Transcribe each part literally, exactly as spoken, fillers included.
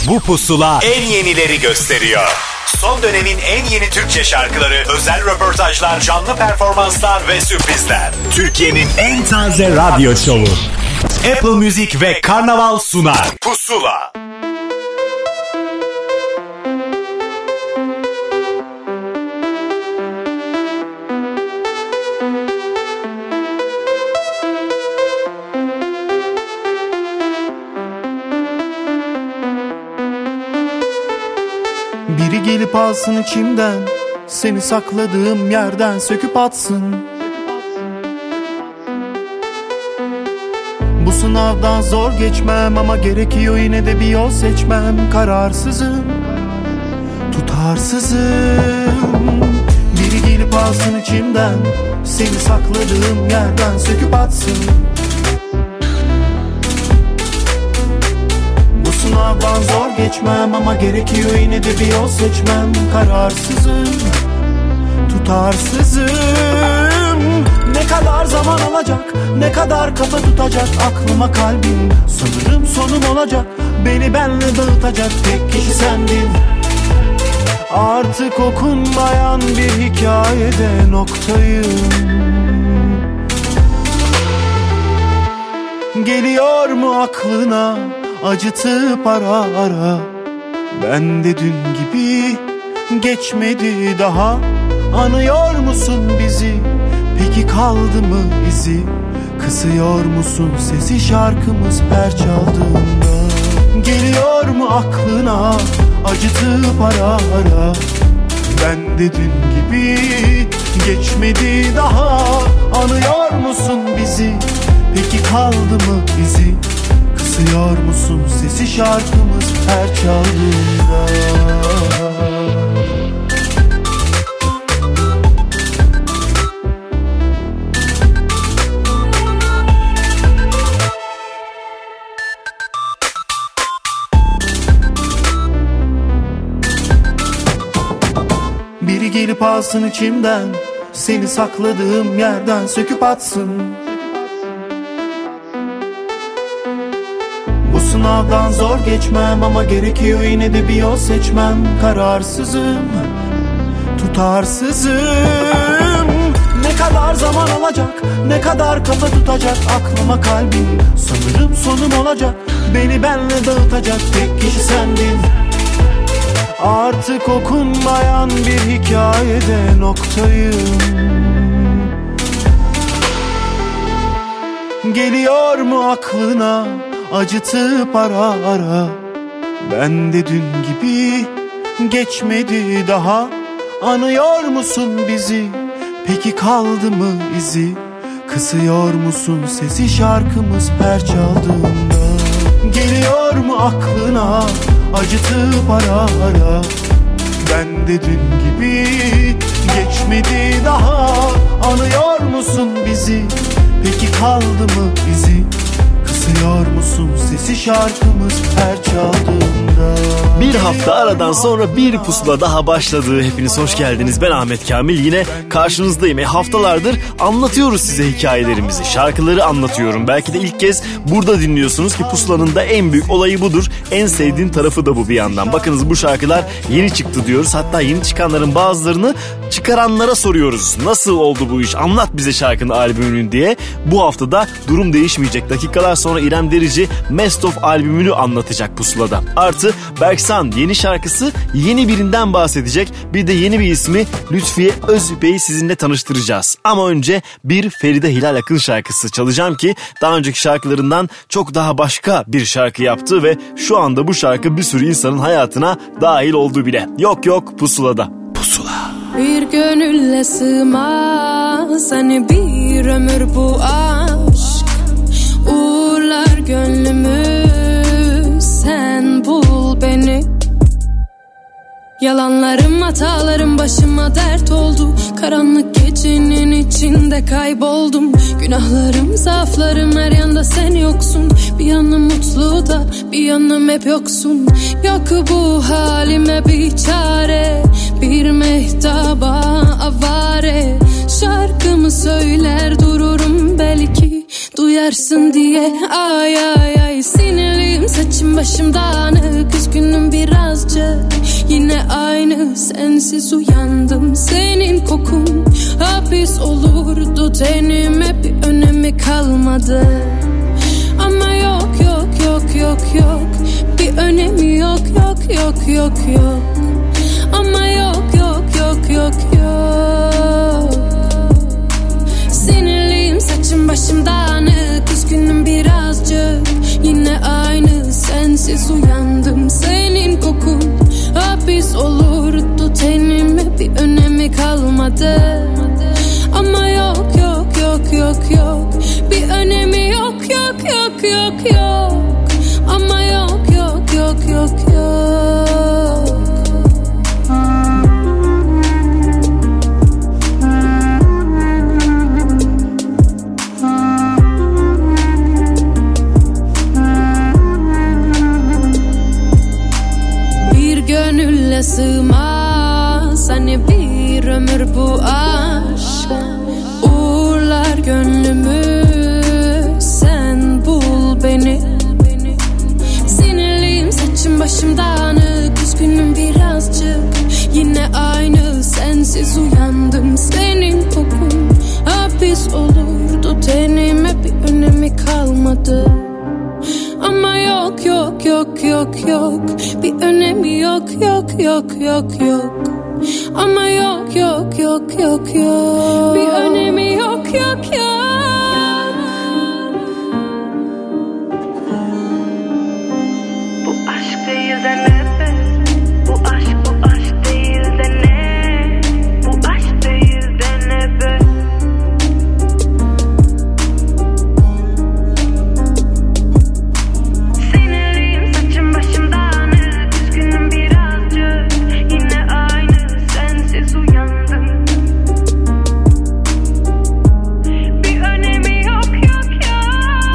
Bu pusula en yenileri gösteriyor. Son dönemin en yeni Türkçe şarkıları, özel röportajlar, canlı performanslar ve sürprizler. Türkiye'nin en taze radyo şovu. Apple Music ve Karnaval sunar. Pusula. Biri gelip alsın içimden, seni sakladığım yerden söküp atsın. Bu sınavdan zor geçmem ama gerekiyor yine de bir yol seçmem. Kararsızım, tutarsızım. Biri gelip alsın içimden, seni sakladığım yerden söküp atsın. Sınavdan zor geçmem ama gerekiyor yine de bir yol seçmem. Kararsızım, tutarsızım. Ne kadar zaman alacak, ne kadar kafa tutacak aklıma kalbim. Sanırım sonum olacak, beni benle dağıtacak tek kişi sendin. Artık okunmayan bir hikayede noktayım. Geliyor mu aklına acıtıp ara ara? Ben de dün gibi geçmedi daha. Anıyor musun bizi? Peki kaldı mı izi? Kısıyor musun sesi şarkımız her çaldığında? Geliyor mu aklına acıtıp ara ara? Ben de dün gibi geçmedi daha. Anıyor musun bizi? Peki kaldı mı izi? Kısıyor musun sesi şarkımız her çaldığında? Biri gelip alsın içimden, seni sakladığım yerden söküp atsın. Sınavdan zor geçmem ama gerekiyor yine de bir yol seçmem. Kararsızım, tutarsızım. Ne kadar zaman alacak, ne kadar kafa tutacak aklıma kalbim. Sanırım sonum olacak, beni benle dağıtacak tek kişi sendin. Artık okunmayan bir hikayede noktayım. Geliyor mu aklına acıtıp ara ara? Ben de dün gibi geçmedi daha. Anıyor musun bizi? Peki kaldı mı izi? Kısıyor musun sesi şarkımız her çaldığında? Geliyor mu aklına acıtıp ara ara? Ben de dün gibi geçmedi daha. Anıyor musun bizi? Peki kaldı mı izi? Kısıyor musun sesi şarkımız her çaldığında? Bir hafta aradan sonra bir pusula daha başladı. Hepiniz hoş geldiniz. Ben Ahmet Kamil, yine karşınızdayım. E haftalardır anlatıyoruz size hikayelerimizi, şarkıları anlatıyorum. Belki de ilk kez burada dinliyorsunuz ki pusulanın da en büyük olayı budur. En sevdiğim tarafı da bu bir yandan. Bakınız, bu şarkılar yeni çıktı diyoruz. Hatta yeni çıkanların bazılarını çıkaranlara soruyoruz. Nasıl oldu bu iş? Anlat bize şarkının albümünü diye. Bu haftada durum değişmeyecek. Dakikalar sonra İrem Derici Best of albümünü anlatacak pusulada. Artı Berksan yeni şarkısı, yeni birinden bahsedecek. Bir de yeni bir ismi Lütfiye Özbey'i sizinle tanıştıracağız. Ama önce bir Feride Hilal Akın şarkısı çalacağım ki daha önceki şarkılarından çok daha başka bir şarkı yaptı ve şu anda bu şarkı bir sürü insanın hayatına dahil oldu bile. Yok yok pusulada. Pusula. Bir gönülle sığmaz hani bir ömür bu aşk. Uğurlar gönlümü, sen bul beni. Yalanlarım, hatalarım başıma dert oldu. Karanlık gecenin içinde kayboldum. Günahlarım, zaaflarım, her yanda sen yoksun. Bir yanım mutlu da bir yanım hep yoksun. Yok bu halime bir çare, bir mehtaba avare. Şarkımı söyler dururum belki duyarsın diye. Ay ay ay, sinirliyim, saçım başım dağınık, üzgünüm birazcık. Yine aynı sensiz uyandım. Senin kokun hapis olurdu tenime, bir önemi kalmadı. Ama yok yok yok yok yok, bir önemi yok yok yok yok yok. Ama yok yok yok yok yok. Sinirliyim, saçım başım dağınık, üzgünüm birazcık. Yine aynı sensiz uyandım. Senin kokun hapis olurdu tenime, bir önemi kalmadı. Ama yok yok yok yok yok, bir önemi yok yok yok yok yok. Ama yok yok yok yok yok. Bir gönülle sığmaz hani bir ömür bu aşk. Uğurlar gönlümü, sen bul beni. Sinirliyim, saçım başım dağınık, üzgünüm birazcık. Yine aynı sensiz uyandım. Senin kokun hapis olurdu tenime, bir önemi kalmadı. Ama yok yok yok yok yok, bir önemi yok yok yok yok yok. Ama yok yok yok yok yok, bir önemi yok yok yok. Bu aşk değil de ne be? Bu aşk bu aşk değil de ne? Bu aşk değil de ne be? Sinirliyim, saçım başım dağınık, üzgünüm birazcık. Yine aynı sensiz uyandım. Bir önemi yok yok yok.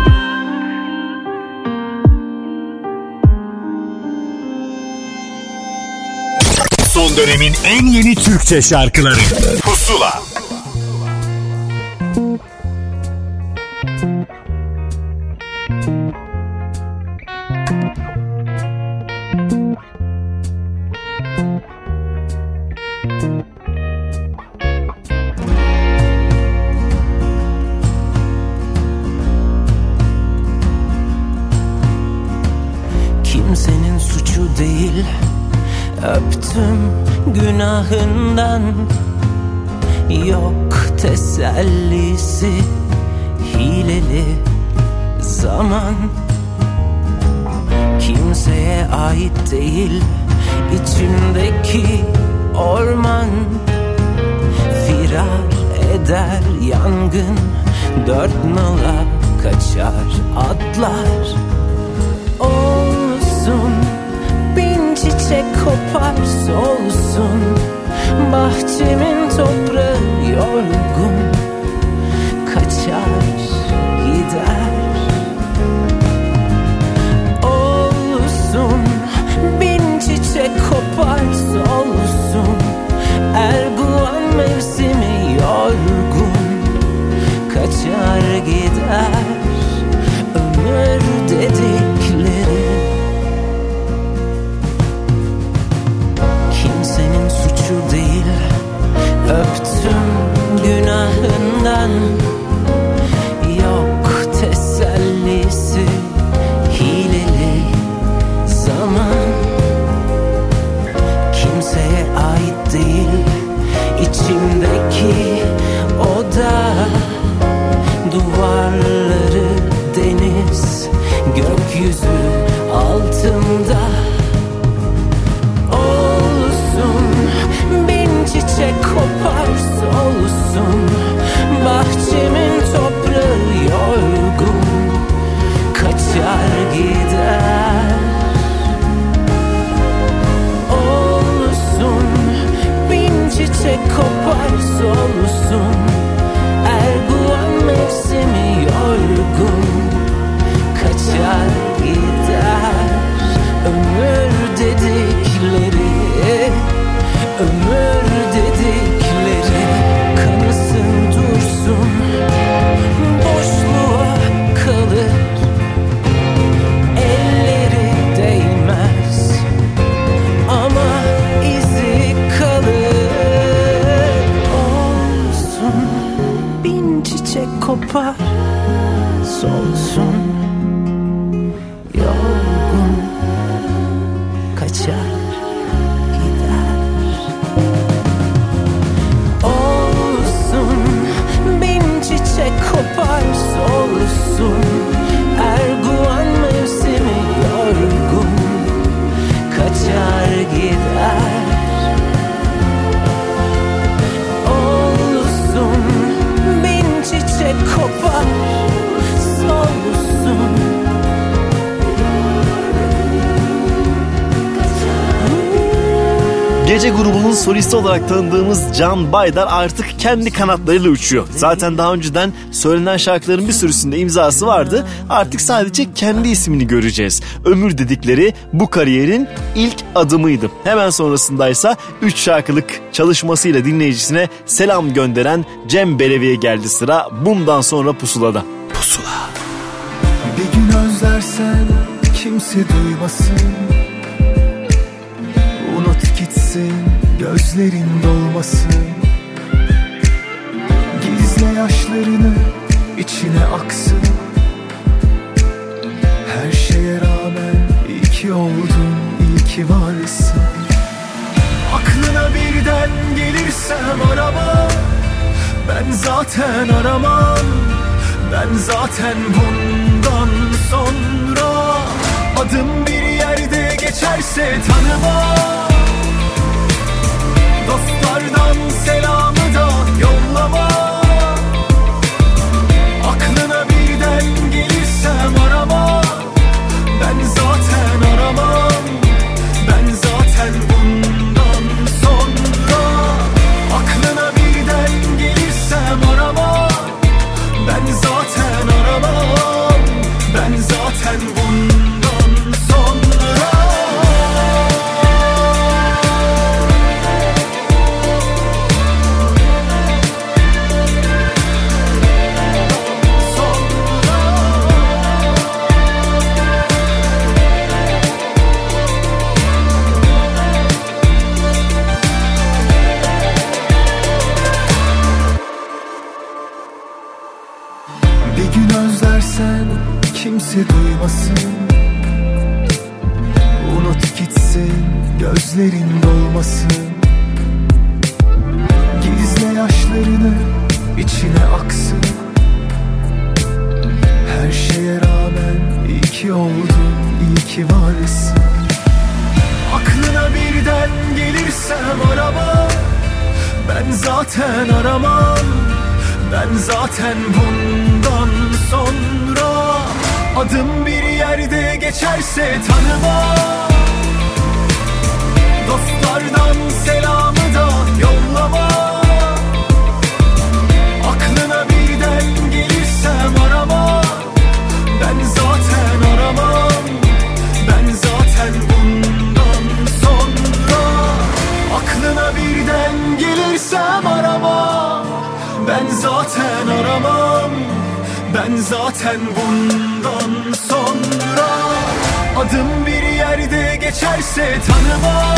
Son dönemin en yeni Türkçe şarkıları Pusula. Kimsenin suçu değil, öptüm günahından. Yok tesellisi, hileli zaman. Kimseye ait değil içimdeki orman. Firar eder yangın, dört nala kaçar atlar. Olsun bin çiçek kopar solsun, bahçemin toprağı yorgun kaçar gider. Olsun bin çiçek kopar solsun, Erguvan mevsimi yorgun kaçar gider. Ömür dedikleri kimsenin suçu değil, öptüm günahından. Yok tesellisi, hileli zaman. Kimseye ait değil içimdeki oda. Duvarları deniz, gökyüzü altında. Olsun bin çiçek kopar solsun, bahçemin toprağı yorgun kaçar gider. Olsun bin çiçek kopar solsun, Erguvan mevsimi yorgun kaçar gider. Ömür dedikleri, ömür dedikleri kanısın dursun, boşluğa kalır, elleri değmez. kopar solsun, yorgun kaçar gider. Olsun bin çiçek kopar solsun, erguvan mevsimi yorgun kaçar gider. Olsun bin çiçek kopar solsun. Gece grubunun solisti olarak tanıdığımız Can Baydar artık kendi kanatlarıyla uçuyor. Zaten daha önceden söylenen şarkıların bir sürüsünde imzası vardı. Artık sadece kendi ismini göreceğiz. Ömür dedikleri bu kariyerin ilk adımıydı. Hemen sonrasındaysa üç şarkılık çalışmasıyla dinleyicisine selam gönderen Cem Belevi'ye geldi sıra. Bundan sonra Pusula'da. Pusula. Bir gün özlersen kimse duymasın, unut gitsin, gözlerin dolmasın. Gizle yaşlarını, içine aksın. Her şeye rağmen iyi ki oldun, iyi ki varsın. Aklına birden gelirsem arama, ben zaten aramam. Ben zaten bundan sonra adım bir yerde geçerse tanıma. Dostlardan selamı da yollama. Aklına birden gelirsem arama, ben zaten aramam. Ben zaten bundan sonra aklına birden gelirsem arama, ben zaten aramam. Ben zaten bundan sonra. Bir gün özlersen kimse duymasın, unut gitsin, gözlerin dolmasın. Gizle yaşlarını, içine aksın. Her şeye rağmen iyi ki oldun, iyi ki varsın. Aklına birden gelirsem arama, ben zaten aramam. Ben zaten bundan sonra adım bir yerde geçerse tanıma. Dostlardan selamı da yollama. Aklına birden gelirsem arama, ben zaten aramam. Ben zaten bundan sonra aklına birden gelirsem arama, ben zaten aramam. Ben zaten bundan sonra adım bir yerde geçerse tanıma.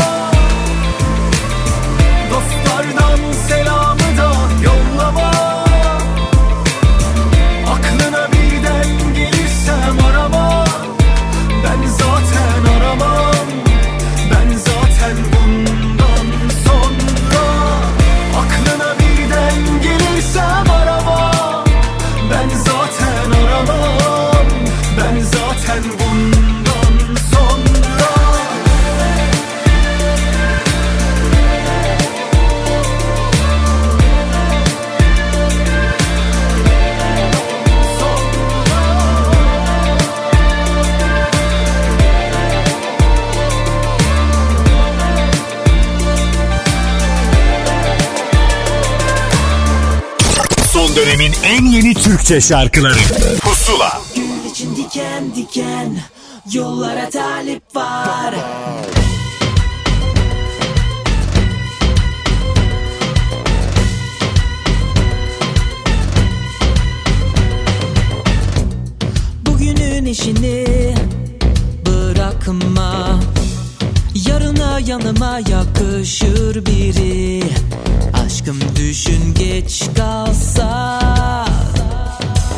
Dostlardan selamı da yollama. Aklına birden gelirsem arama, ben zaten aramam. Ben zaten bundan sonra aklına birden gelirsem arama, ben zaten aramam. Ben zaten bundan sonra. Son dönemin en yeni Türkçe şarkıları Pusula. Gül için diken diken yollara talip var. Bugünün işini bırakma, yarına yanıma yakışır biri. Aşkım düşün geç kalsa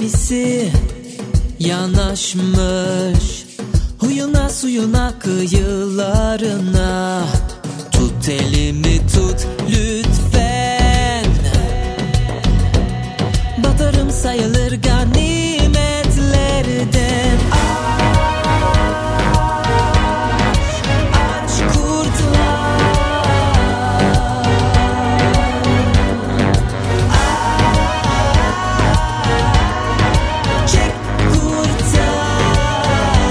gemisi yanaşmış huyuna suyuna kıyılarına. Tut elimi tut lütfen, batarım sayılır ganimetlerden. Aç kurtlar, çek kurtar.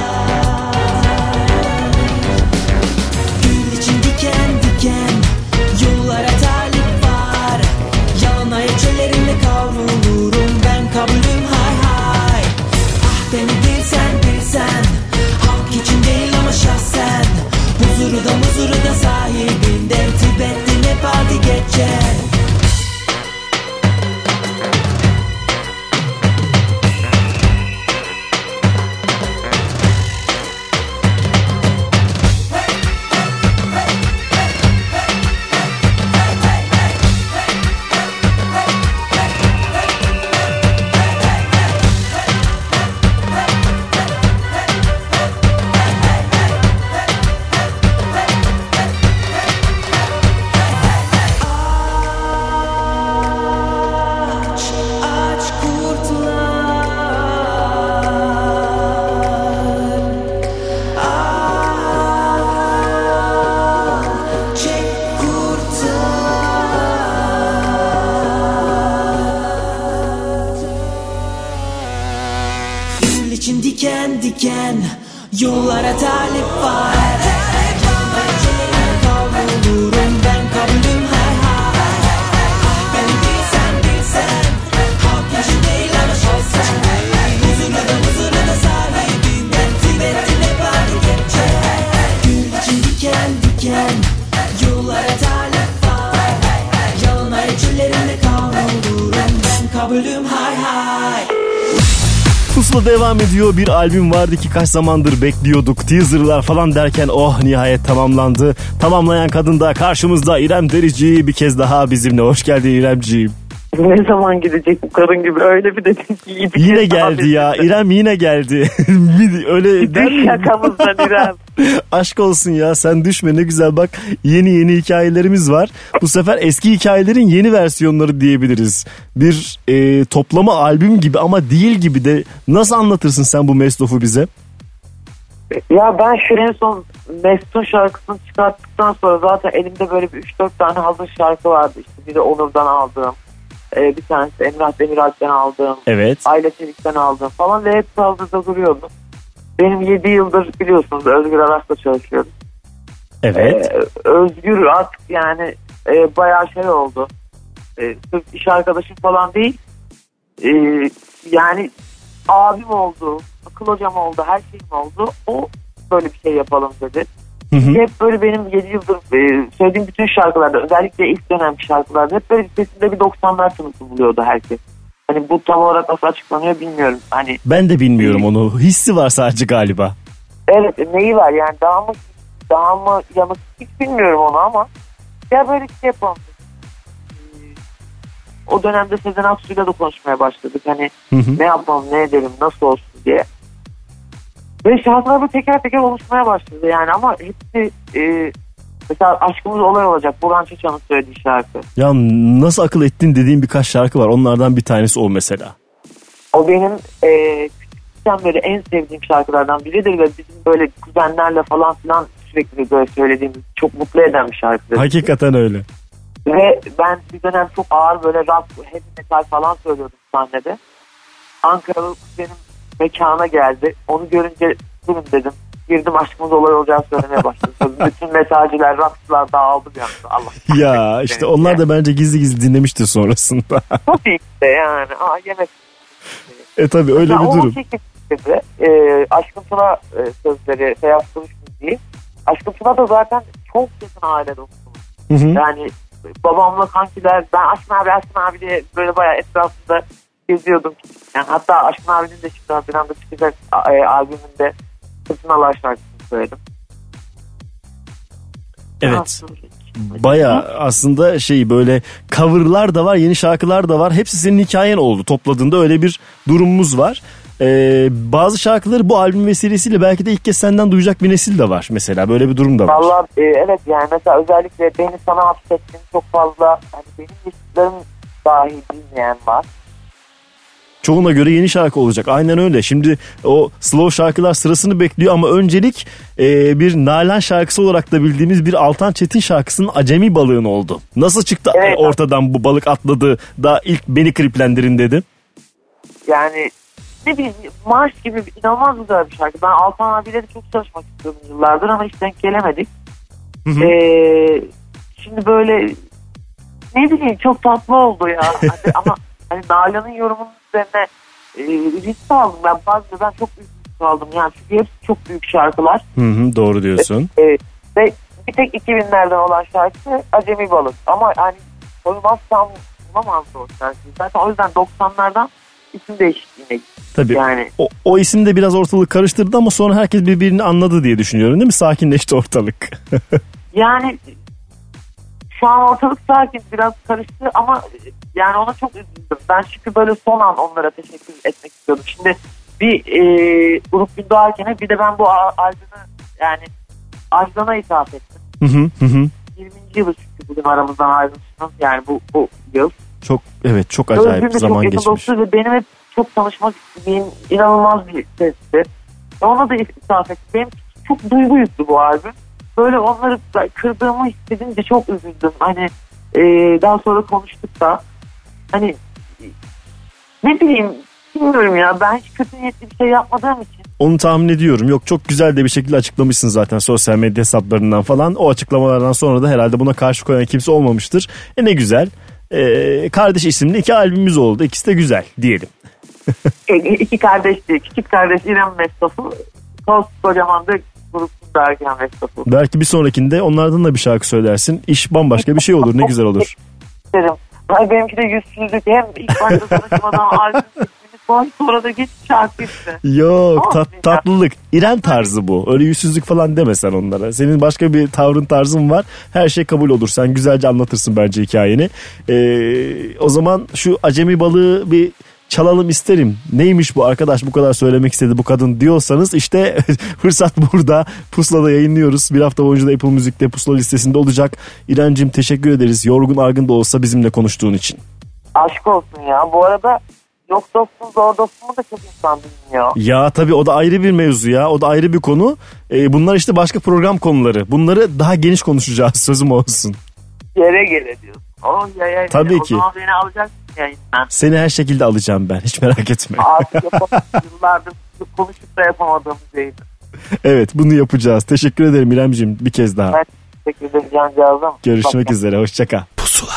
Gül için diken diken yollara talip var. Yalan ayetçilerinde kavrulurum ben, kabulüm hay hay. Ah beni bilsen bilsen, halk için değil ama şahsen. Huzuru da muzuru da sahibinden, Tibet'te Nepal'de geçer. Diken diken yollara talip var. Kavrulurum ben, kabulüm hay hay. Beni bilsen bilsen, halk için değil ama şahsen. Huzuru da huzuru da sahibinden, Tibet'te Nepal'de geçer. Gül için diken diken yollara talip var. Yalın ayetçilerinde kavrulurum ben, kabulüm hay hay. Pusula devam ediyor. Bir albüm vardı ki kaç zamandır bekliyorduk. Teaserlar falan derken oh nihayet tamamlandı. Tamamlayan kadın da karşımızda İrem Derici bir kez daha bizimle. Hoş geldin İremciğim. Ne zaman gidecek bu karın gibi, öyle bir dedim ki. Yine geldi ya İrem, yine geldi. Öyle der mi? Şakamızdan İrem. Aşk olsun ya, sen düşme, ne güzel bak, yeni yeni hikayelerimiz var. Bu sefer eski hikayelerin yeni versiyonları diyebiliriz. Bir e, toplama albüm gibi ama değil gibi de. Nasıl anlatırsın sen bu Mestof'u bize? Ya ben şu en son Mesut'un şarkısını çıkarttıktan sonra zaten elimde böyle bir üç dört tane hazır şarkı vardı. İşte biri Onur'dan aldığım, e, bir tanesi Emrah Demiralp'ten aldığım, evet. Ayla Çelik'ten aldığım falan ve hepsi hazırda duruyordu. Benim yedi yıldır biliyorsunuz Özgür Aras'la çalışıyorum. Evet. Ee, Özgür artık yani e, bayağı şey oldu. E, sırf iş arkadaşım falan değil. E, yani abim oldu, akıl hocam oldu, her şeyim oldu. O böyle bir şey yapalım dedi. Hı hı. Hep böyle benim yedi yıldır e, söylediğim bütün şarkılarda, özellikle ilk dönem şarkılarda hep böyle sesinde bir doksanlar tınısı buluyordu herkes. Hani bu tam olarak nasıl açıklanıyor bilmiyorum. Hani ben de bilmiyorum onu. Hissi var sadece galiba. Evet, neyi var yani, daha mı daha mı yanık hiç bilmiyorum onu ama ya böyle bir şey yapalım. O dönemde Sezen Aksu'yla da konuşmaya başladık. Hani hı hı. ne yapalım, ne edelim, nasıl olsun diye. Ve şarkılar bu teker teker oluşmaya başladı yani, ama hepsi e, mesela Aşkımız Olay Olacak, Burhan Çeçan'ın söylediği şarkı. Ya nasıl akıl ettin dediğim birkaç şarkı var. Onlardan bir tanesi o mesela. O benim e, küçükten böyle en sevdiğim şarkılardan biridir ve bizim böyle kuzenlerle falan filan sürekli böyle söylediğimiz, çok mutlu eden bir şarkıdır. Hakikaten öyle. Ve ben bir dönem çok ağır böyle rock, heavy metal falan söylüyordum sahnede. Ankaralı kuzenim mekana geldi. Onu görünce durun dedim. Girdim, Aşkımız Olay Olacağını söylemeye başladım. Bütün metalciler, rockçılar dağıldı bir anda. Allah. Ya işte onlar da bence gizli gizli dinlemiştir sonrasında. Tabii işte yani. Aa, yemek. E tabii öyle ya bir durum. O şekilde e, Aşkın Tuna e, sözleri, Feyyaz Kılıç müziği. Aşkın Tuna da zaten çok yakın aile dostumuz. Yani babamla kankiler, ben Aşkın abi, Aşkın abi diye böyle bayağı etrafında geziyordum. Yani hatta Aşkın abinin de şimdi Haziran'da çıkacak e, albümünde Fırtınalar şarkısını söyledim. Evet. Baya aslında şey böyle coverlar da var, yeni şarkılar da var. Hepsi senin hikayen oldu. Topladığında öyle bir durumumuz var. Ee, bazı şarkıları bu albüm vesilesiyle belki de ilk kez senden duyacak bir nesil de var mesela. Böyle bir durum da var. Vallahi e, evet yani mesela özellikle beni sana hapsettin çok fazla hani benim yaşıtlarım dahi bilmeyen var. Çoğuna göre yeni şarkı olacak. Aynen öyle. Şimdi o slow şarkılar sırasını bekliyor ama öncelik e, bir Nalan şarkısı olarak da bildiğimiz bir Altan Çetin şarkısının Acemi Balığın oldu. Nasıl çıktı evet, ortadan bu balık atladı da ilk beni kliplendirin dedi? Yani ne bileyim marş gibi inanılmaz güzel bir şarkı. Ben Altan abiyle de çok çalışmak istiyordum yıllardır ama hiç denk gelemedik. Hı hı. Ee, şimdi böyle ne bileyim çok tatlı oldu ya. Hani, ama hani Nalan'ın yorumunun üzerine e, risk aldım. Ben bazen çok büyük risk aldım. Yani çünkü hepsi çok büyük şarkılar. Hı hı, doğru diyorsun. E, e, ve bir tek iki binlerden olan şarkı Acemi Balık. Ama hani koymazsam bulamazdı o şarkıyı. Zaten o yüzden doksanlardan isim değişikliğine gitti. Tabii yani. o, o isim de biraz ortalık karıştırdı ama sonra herkes birbirini anladı diye düşünüyorum değil mi? Sakinleşti ortalık. Yani şu an ortalık sakin, biraz karıştı ama yani ona çok üzüldüm. Ben çünkü böyle son an onlara teşekkür etmek istiyordum. Şimdi bir e, grup gün doğarken bir de ben bu albümü yani Ajdan'a ithaf ettim. Hı hı hı. yirminci yılı çünkü bugün aramızdan ayrılmışsınız yani bu, bu yıl. Çok evet çok acayip Özgür'le zaman çok geçmiş. Ve benim hep çok tanışmak istediğim inanılmaz bir sesti. Ona da ithaf ettim. Benim çok duygu yüklü bu albüm. Böyle onları kırdığımı hissedince çok üzüldüm. Hani e, daha sonra konuştuk da hani ne bileyim bilmiyorum ya ben hiç kötü niyetli bir şey yapmadığım için. Onu tahmin ediyorum. Yok çok güzel de bir şekilde açıklamışsın zaten sosyal medya hesaplarından falan. O açıklamalardan sonra da herhalde buna karşı koyan kimse olmamıştır. E ne güzel. E, Kardeş isimli iki albümümüz oldu. İkisi de güzel diyelim. e, iki kardeşti. Küçük kardeş İrem Mestaf'ı. Kocaman da grupsun derken Mestaf'ı. Belki bir sonrakinde onlardan da bir şarkı söylersin. İş bambaşka bir şey olur. Ne güzel olur. İsterim. Hayır benimki de yüzsüzlük. Hem ilk başta tanışmadan albüm ismini koy sonra da git şarkı iste. Yok tat, tatlılık. İrem tarzı bu. Öyle yüzsüzlük falan demesen onlara. Senin başka bir tavrın tarzın var. Her şey kabul olur. Sen güzelce anlatırsın bence hikayeni. Ee, o zaman şu Acemi Balığı bir çalalım isterim. Neymiş bu arkadaş bu kadar söylemek istedi bu kadın diyorsanız işte fırsat burada. Pusula'da yayınlıyoruz. Bir hafta boyunca da Apple Müzik'te Pusula listesinde olacak. İrencim teşekkür ederiz. Yorgun argın da olsa bizimle konuştuğun için. Aşk olsun ya. Bu arada yok dostum zor dostumu da çok insan bilmiyor. Ya tabii o da ayrı bir mevzu ya. O da ayrı bir konu. Ee, bunlar işte başka program konuları. Bunları daha geniş konuşacağız. Sözüm olsun. Yere gele diyorsun. Oh, ya, ya, tabii ya. ki. O zaman beni alacaksın yayından. Seni her şekilde alacağım ben. Hiç merak etme. Artık yapamadım. Yıllardır konuşup da yapamadığımız yayın. Evet bunu yapacağız. Teşekkür ederim İremciğim bir kez daha. Ben teşekkür ederim Cancağız'ım. Görüşmek Bak, üzere. Hoşça kal. Pusula.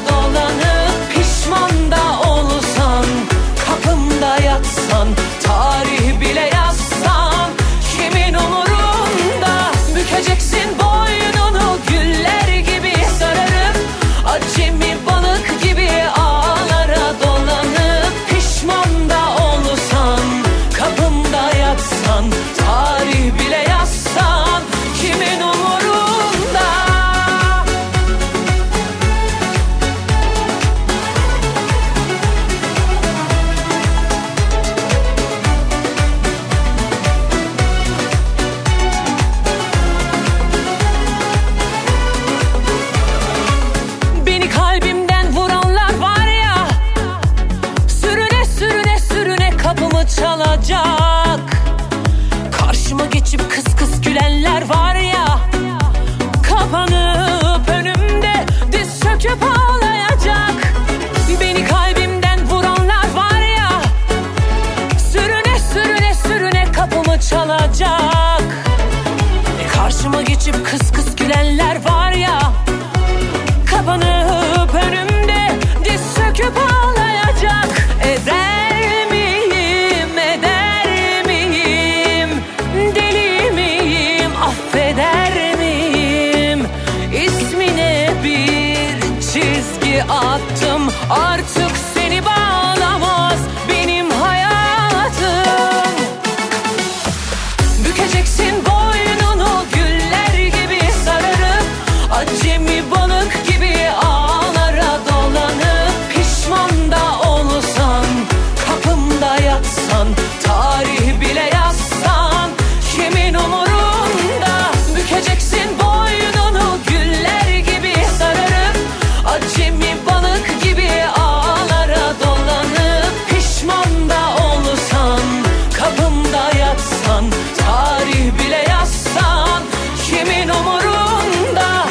Ta çalacak. Karşıma geçip kıs kıs gülenler var ya, kapanıp önümde diz çöküp ağlayacak. Beni kalbimden vuranlar var ya, sürüne sürüne sürüne kapımı çalacak. Karşıma geçip kıs kıs gülenler var ya, kapanıp önümde diz çöküp ağlayacak. Eder miyim, eder miyim, deli miyim, affeder miyim? İsmine bir çizgi attım, artık seni bağlamaz benim hayatım. Bükeceksin boynunu güller gibi sararıp, acemi balık gibi ağlara dolanıp, pişman da olsan, kapımda yatsan, tarih bile yazsan, kimin umurunda? Bükeceksin boynunu güller gibi sararıp, acemi balık gibi ağlara dolanıp, pişman da olsan, kapımda yatsan, tarih bile yazsan, kimin umurunda?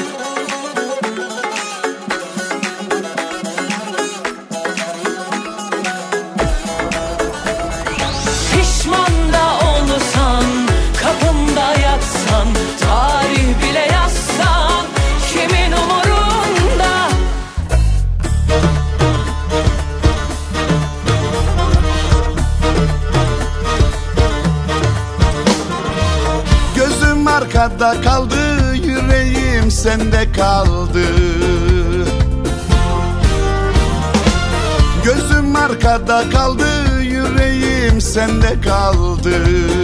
Pişman da olsan, kapımda yatsan, tarih bile yazsan, kimin umurunda? Gözüm arkada kaldı, yüreğim sende kaldı. Gözüm arkada kaldı, yüreğim sende kaldı.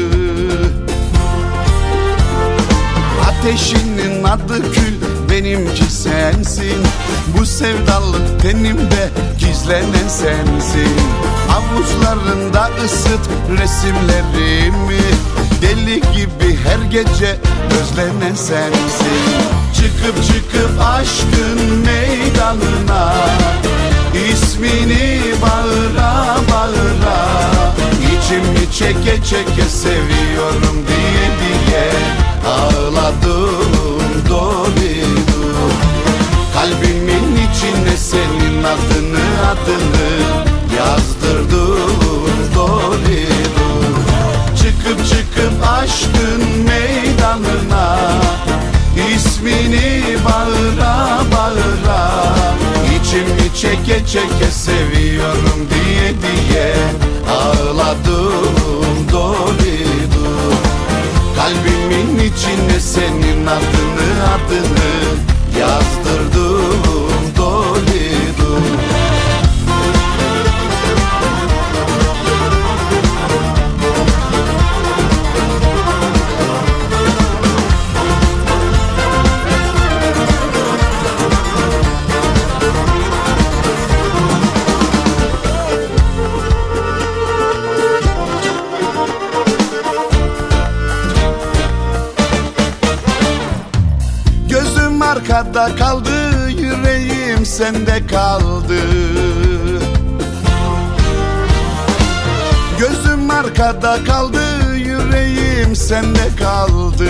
Ateşinin adı kül, benimki sensin. Bu sevdalık tenimde gizlenen sensin. Avuçlarında ısıt resimlerimi, deli gibi her gece özlenen sensin. Çıkıp çıkıp aşkın meydanına, İsmini bağıra bağıra, İçimi çeke çeke seviyorum diye diye ağladım dolidu. Kalbimin içine senin adını adını yazdırdım dolidu. Çıkıp çıkıp aşkın meydanına, İsmini bağıra bağıra, İçimi çeke çeke seviyorum diye diye ağladım dolidu. Kalbimin içine senin adını adını yazdırdım dolidu. Arkada kaldı, yüreğim sende kaldı. Gözüm arkada kaldı, yüreğim sende kaldı.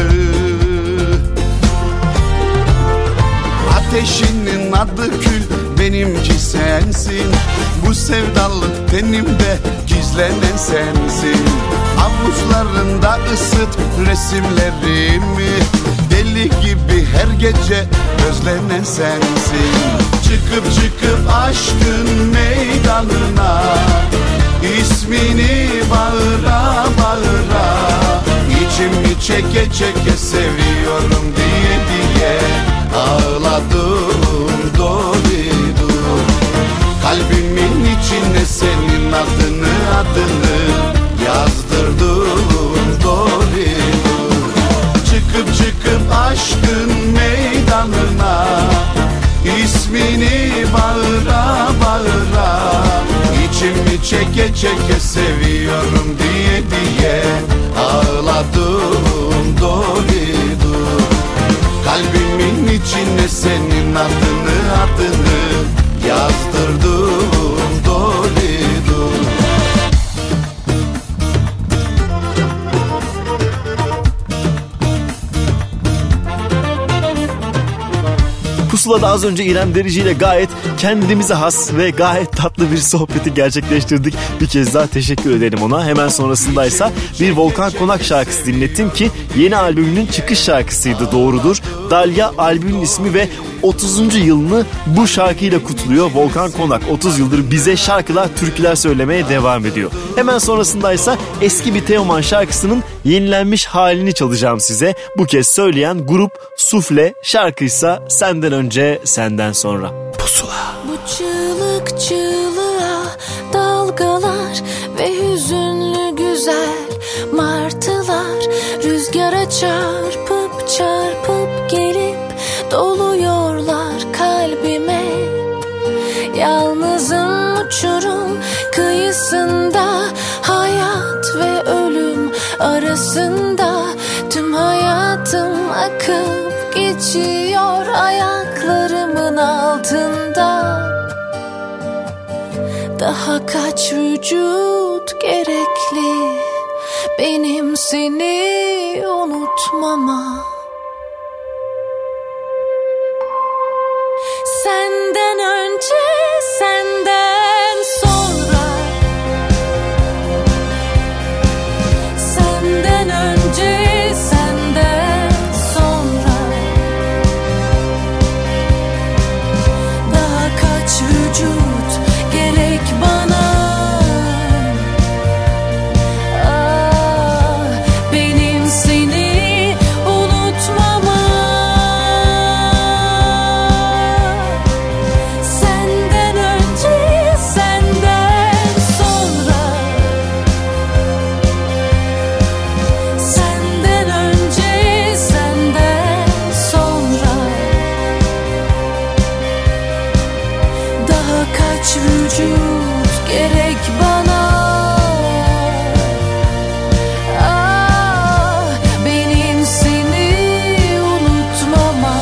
Ateşinin adı kül, benimki sensin. Bu sevdalık tenimde gizlenen sensin. Avuçlarında ısıt resimlerimi, deli gibi her gece özlenen sensin. Çıkıp çıkıp aşkın meydanına, İsmini bağıra bağıra, İçimi çeke çeke seviyorum diye diye ağladım dolidu. Kalbimin içine senin adını adını yazdırdım dolidu. Çıkıp çıkıp aşkın meydanına, İsmini bağıra bağıra, İçimi çeke çeke seviyorum diye diye ağladım dolidu. Kalbimin içine senin adını adını yazdırdım dolidu. Pusula'da az önce İrem Derici ile gayet kendimize has ve gayet tatlı bir sohbeti gerçekleştirdik. Bir kez daha teşekkür ederim ona. Hemen sonrasındaysa bir Volkan Konak şarkısı dinlettim ki yeni albümünün çıkış şarkısıydı, doğrudur. Dalya albümün ismi ve otuzuncu yılını bu şarkıyla kutluyor Volkan Konak. otuz yıldır bize şarkılar, türküler söylemeye devam ediyor. Hemen sonrasındaysa eski bir Teoman şarkısının yenilenmiş halini çalacağım size. Bu kez söyleyen grup Sufle, şarkıysa Senden Önce Senden Sonra. Pusula. Bu çığlık çığlığa dalgalar ve hüzünlü güzel martılar rüzgara çarpıp çarpıp gelip doluyorlar kalbime. Yalnızım uçurum kıyısında, hayat ve ölüm arasında. Tüm hayatım akıp geçiyor ayaklarımın altında. Daha kaç vücut gerekli benim seni unutmama? Senden önce, senden sonra. Senden önce, senden sonra. Daha kaç vücut gerek bana? Ah, benim seni unutmama. Senden önce, senden sonra. Senden önce, senden sonra. Daha kaç vücut gerek bana? Ah, benim seni unutmama.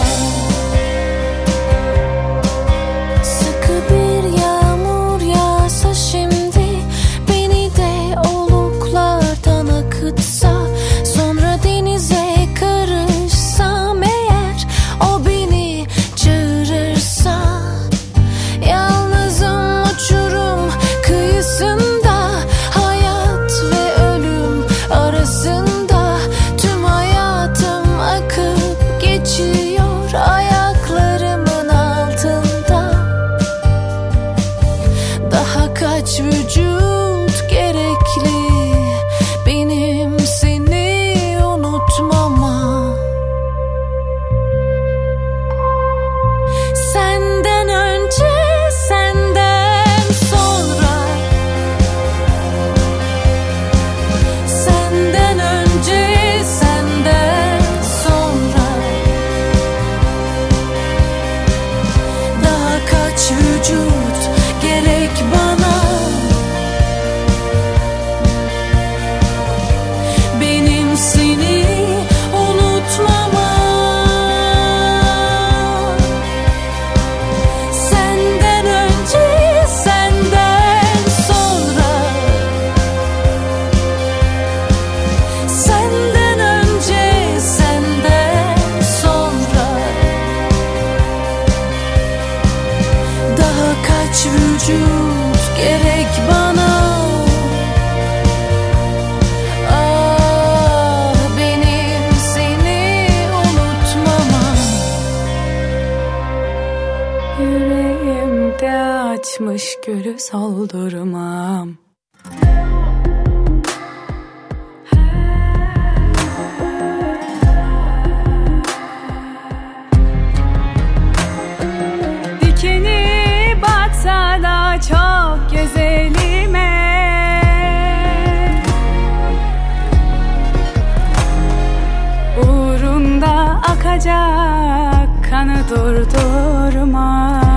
Sıkı bir yağmur yağsa şimdi, beni de oluklardan akıtsa, sonra denize karışsam eğer, o beni çağırırsa. Yalnızım uçurum kıyısında, hayat ve ölüm arasında. Tüm hayatım akıp geçiyor ayaklarımın altında. Daha kaç vücut gerekli benim seni unutmama? Senden önce, senden sonra. Senden önce, senden sonra. Daha kaç vücut gerek bana? Benim seni unutmama. Senden önce, senden sonra. Senden önce, senden sonra. Daha kaç vücut gerek bana? Ah, benim seni unutmama. Yüreğimde açmış gülü soldurmam. Dikeni batsa da çok güzelime, uğrunda akacak kanı durdurmam.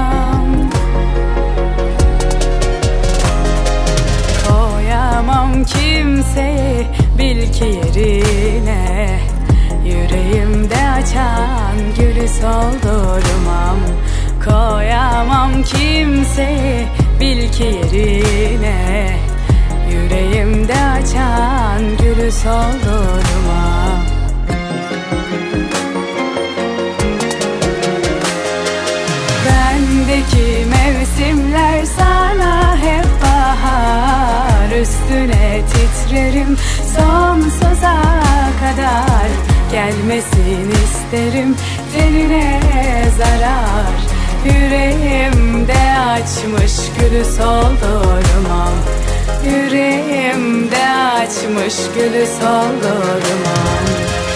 Koyamam kimseyi bil ki yerine, yüreğimde açan gülü soldurmam. Koyamam kimseyi bil ki yerine, yüreğimde açan gülü soldurmam. titrerim sonsuza kadar. Gelmesin isterim tenine zarar. Yüreğimde açmış gülü soldurmam. Yüreğimde açmış gülü soldurmam.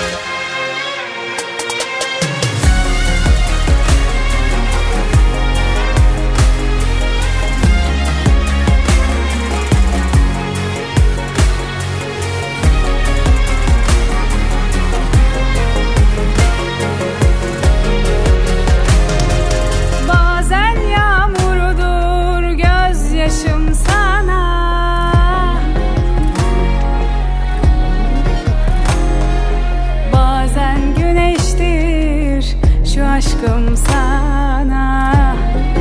Aşkım sana.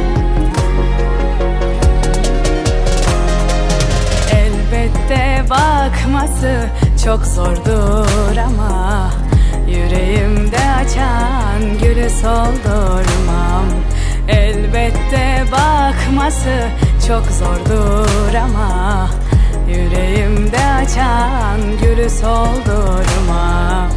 Elbette bakması çok zordur ama yüreğimde açan gülü soldurmam. Elbette bakması çok zordur ama yüreğimde açan gülü soldurmam.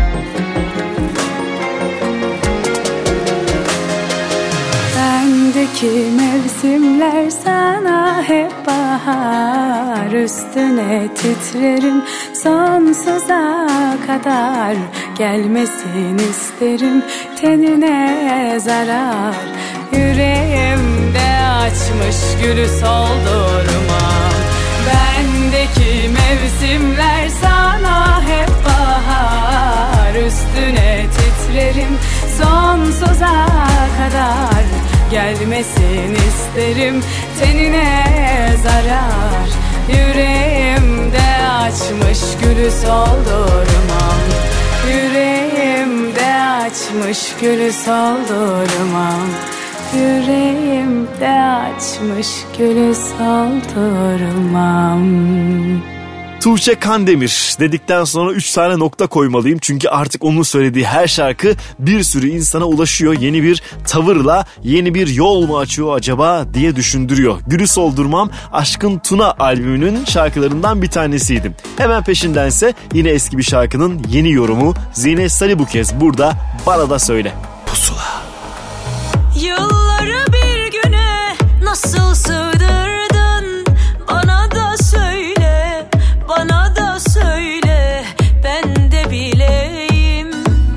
Bendeki mevsimler sana hep bahar. Üstüne titrerim sonsuza kadar. Gelmesin isterim tenine zarar. Yüreğimde açmış gülü soldurmam. Bendeki mevsimler sana hep bahar. Üstüne titrerim sonsuza kadar. Gelmesin isterim tenine zarar. Yüreğimde açmış gülü soldurmam. Yüreğimde açmış gülü soldurmam. Yüreğimde açmış gülü soldurmam. Tuğçe Kandemir dedikten sonra üç tane nokta koymalıyım. Çünkü artık onun söylediği her şarkı bir sürü insana ulaşıyor. Yeni bir tavırla yeni bir yol mu açıyor acaba diye düşündürüyor. Gülü Soldurmam Aşkın Tuna albümünün şarkılarından bir tanesiydi. Hemen peşindense yine eski bir şarkının yeni yorumu Zine Sarı bu kez burada Bana da Söyle. Pusula. Yılları bir güne nasıl sığdırdın? Bana da söyle, bana da söyle, ben de bileyim.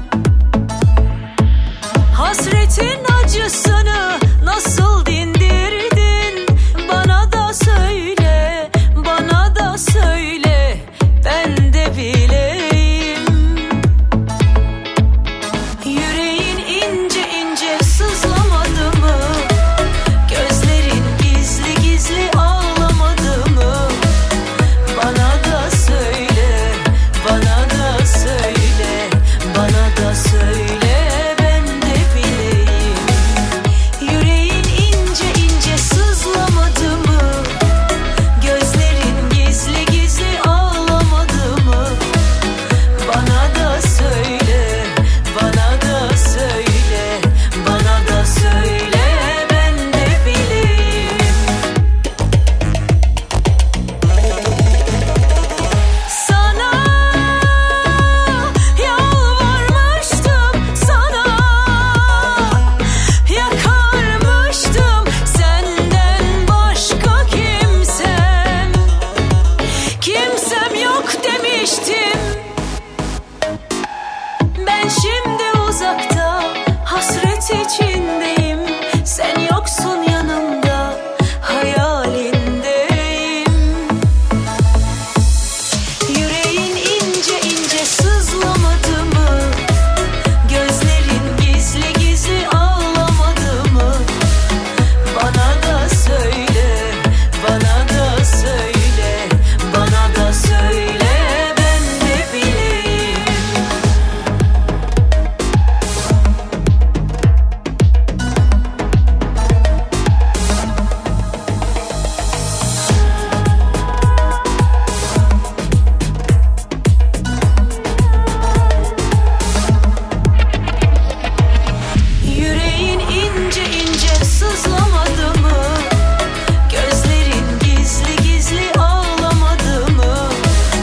Hasretin acısını nasıl dindirdin? Bana da söyle, bana da söyle, ben de bileyim. Yüreğin ince ince sızlamadı mı? Gözlerin gizli gizli ağlamadı mı? Bana da söyle, bana da söyle, bana da söyle, ben de bileyim. Yüreğin ince ince sızlamadı mı? Gözlerin gizli gizli ağlamadı mı? Bana da söyle, bana da söyle, bana da söyle, ben de bileyim. Sana yalvarmıştım, sana yakarmıştım, senden başka kimsem, kimsem yok demiştim. Ben şimdi uzakta hasret içindeyim. Sen yoksun yanımda, hayalindeyim. Yüreğin ince ince sızlamadı mı? Gözlerin gizli gizli ağlamadı mı? Bana da söyle, bana da söyle, bana da söyle, ben de bileyim. Yüreğin ince ince sızlamadı mı? Gözlerin gizli gizli ağlamadı mı?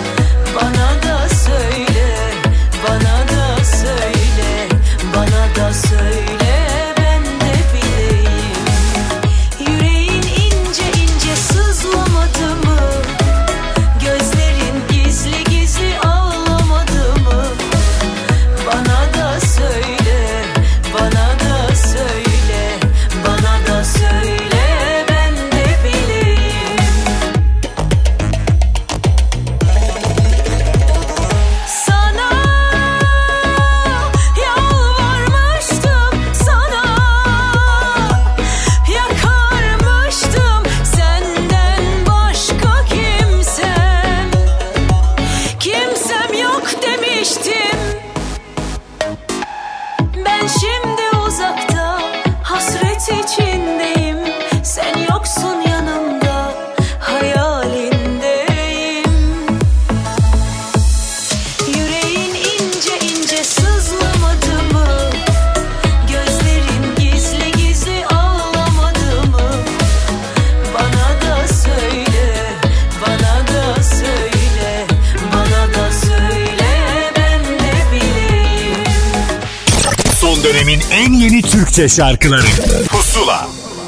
dönemin en yeni Türkçe şarkıları Pusula.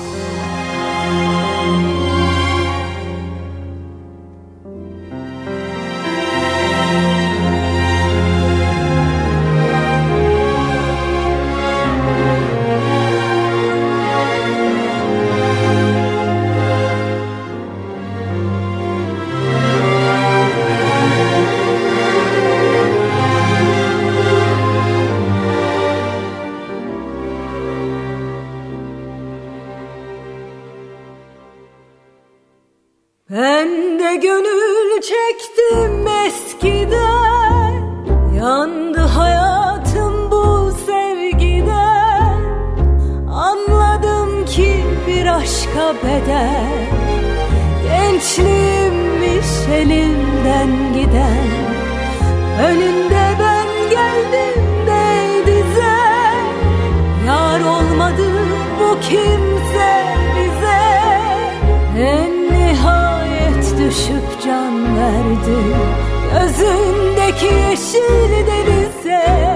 Ben de gönül çektim eskiden, yandı hayatım bu sevgiden. Anladım ki bir aşka bedel, gençliğimmiş elimden giden. Önünde ben geldim de dize, yar olmadı bu kimse bize. En düşüp can verdi gözündeki yeşil denize.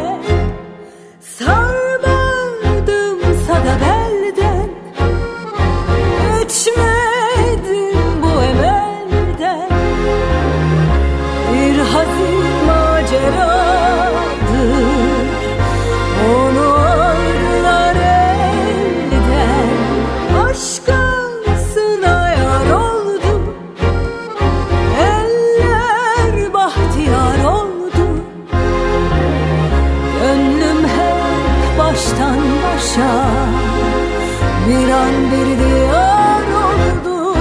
Sarmadım sada belden, geçmedim bu emelden. Bir hazin maceradır, onu aldılar elden. Aşkısına yar oldu, baştan başa bir an bir diyar oldu.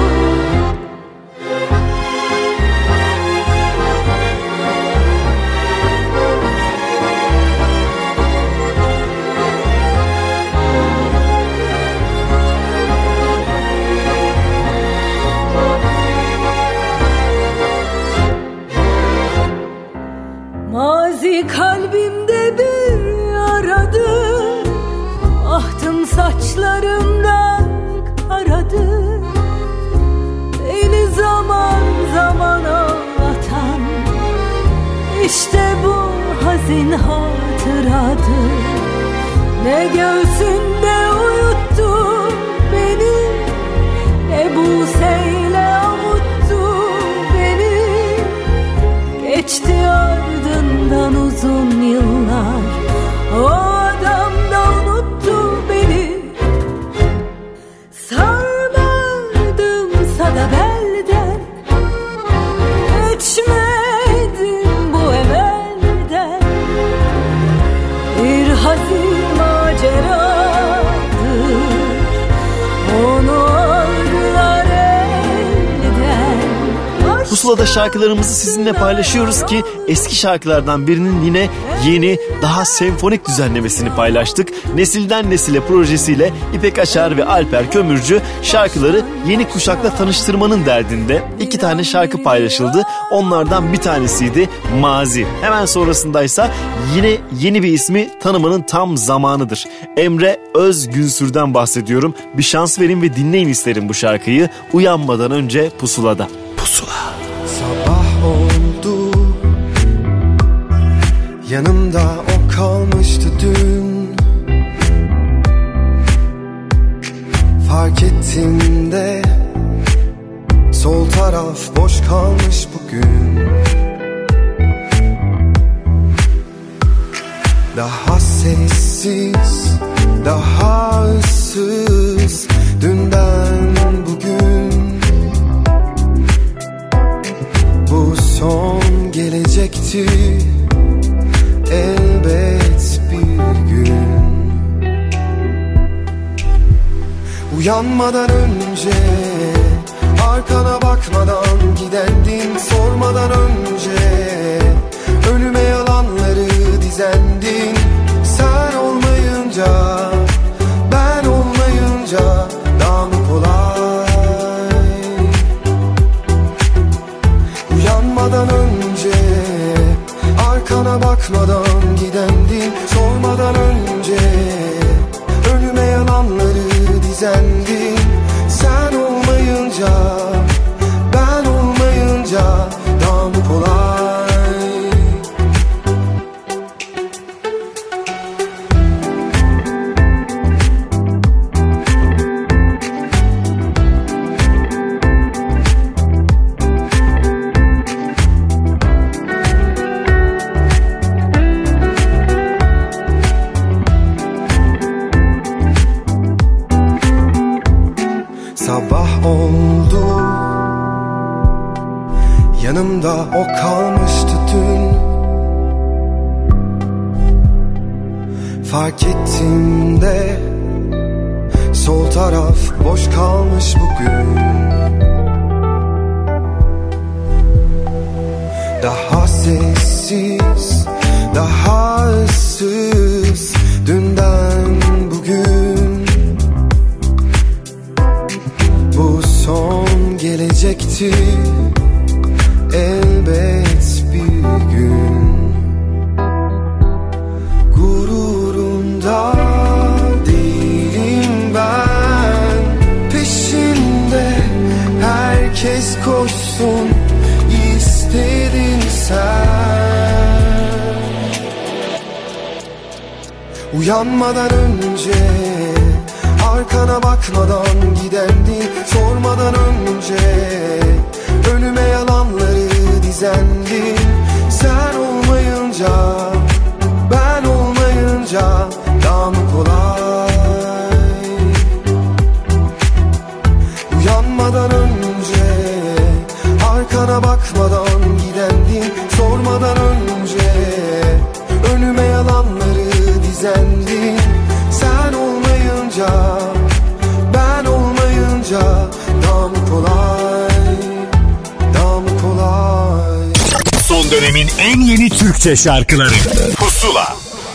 Mazi kalbimde bir yaradır, ahtım saçlarımdan karadır. Beni zaman zaman ağlatan işte bu hazin hatıradır. Ne göğsünde uyuttu beni, ne buseyle avuttu beni. Geçti ardından uzun yıllar, o adam da unuttu beni. Sarmadım sada belden, geçmedim bu emelden. Bir hazin maceradır, onu aldılar elden. Pusula'da şarkılarımızı sizinle paylaşıyoruz ki eski şarkılardan birinin yine yeni, daha senfonik düzenlemesini paylaştık. Nesilden Nesile projesiyle İpek Açar ve Alper Kömürcü şarkıları yeni kuşakla tanıştırmanın derdinde. İki tane şarkı paylaşıldı. Onlardan bir tanesiydi Mazi. Hemen sonrasındaysa yine yeni bir ismi tanımanın tam zamanıdır. Emre Özgünsür'den bahsediyorum. Bir şans verin ve dinleyin isterim bu şarkıyı. Uyanmadan önce Pusula'da. Pusula. Sabah oldu, yanımda o kalmıştı dün. Fark ettim de sol taraf boş kalmış bugün. Daha sessiz, daha ıssız dünden bugün. Bu son gelecekti elbet bir gün. Uyanmadan önce, arkana bakmadan gidendin. Sormadan önce önüme yalanları dizendin. Sen olmayınca, ben olmayınca daha mı kolay? Uyanmadan önce, arkana bakmadan gidendin. Sormadan önce önüme yalanları dizendin. Sen olmayınca, ben olmayınca daha mı kolay? Sabah oldu, yanımda o kalmıştı dün. Fark ettim de sol taraf boş kalmış bugün. Daha sessiz, daha ıssız dünden bugün. Bu son gelecekti elbet bir gün. Gururunda değilim ben, peşinde herkes koşsun istedin sen. Uyanmadan önce, arkana bakmadan gidendin. Sormadan önce önüme yalanları dizendin. Sen olmayınca, ben olmayınca daha mı kolay? Uyanmadan önce, arkana bakmadan gidendin. Sormadan önce önüme yalanları dizendin. Sen olmayınca, ben olmayınca daha mı kolay, daha mı kolay? Son dönemin en yeni Türkçe şarkıları Pusula.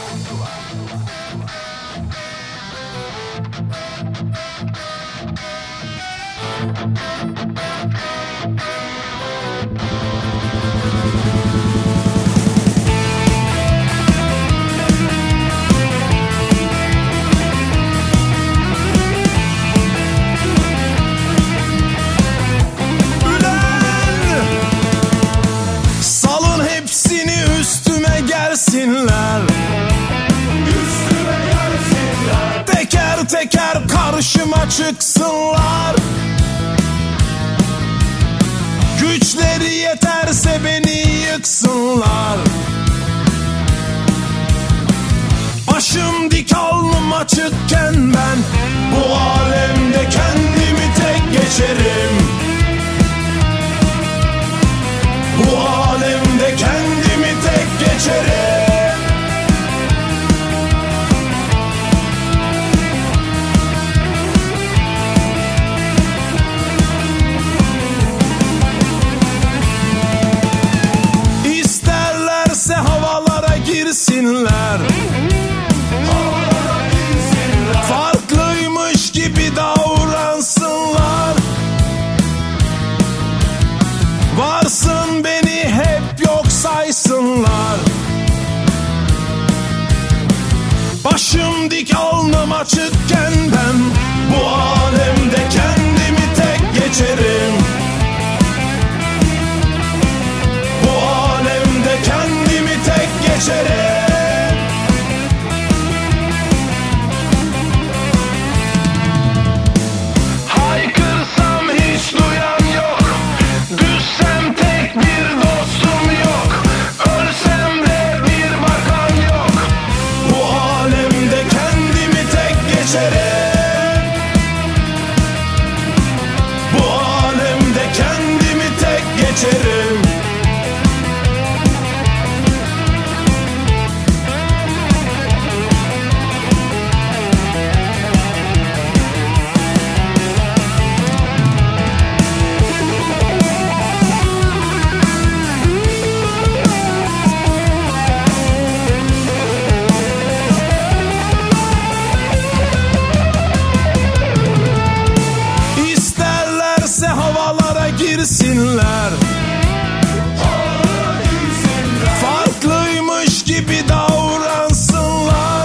Salın hepsini üstüme gelsinler. Üstüme gelsinler. Teker teker karşıma çıksınlar. Güçleri yeterse beni yıksınlar. Başım dik alnım açıkken ben bu alemde kendimi tek geçerim. Bu alemde kendimi tek geçerim. İsterlerse havalara girsinler. Havalara girsinler. Farklıymış gibi davransınlar. Varsın beni hep yok saysınlar. Başım dik alnım açıkken ben bu alemde kendimi tek geçerim. Bu alemde kendimi tek geçerim. Haykırsam hiç duyan yok. Düşsem tek bir dostum yok. Ölsem de bir bakan yok. Bu alemde kendimi tek geçerim. Bu alemde kendimi tek geçerim. İsterlerse havalara girsinler. Farklıymış gibi davransınlar.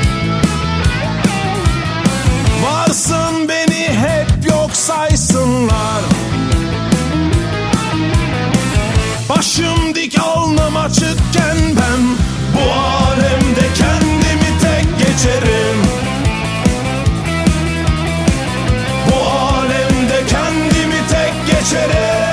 Varsın beni hep yok saysınlar. Başım dik alnım açıkken ben bu alemde kendimi tek geçerim. Bu alemde kendimi tek geçerim.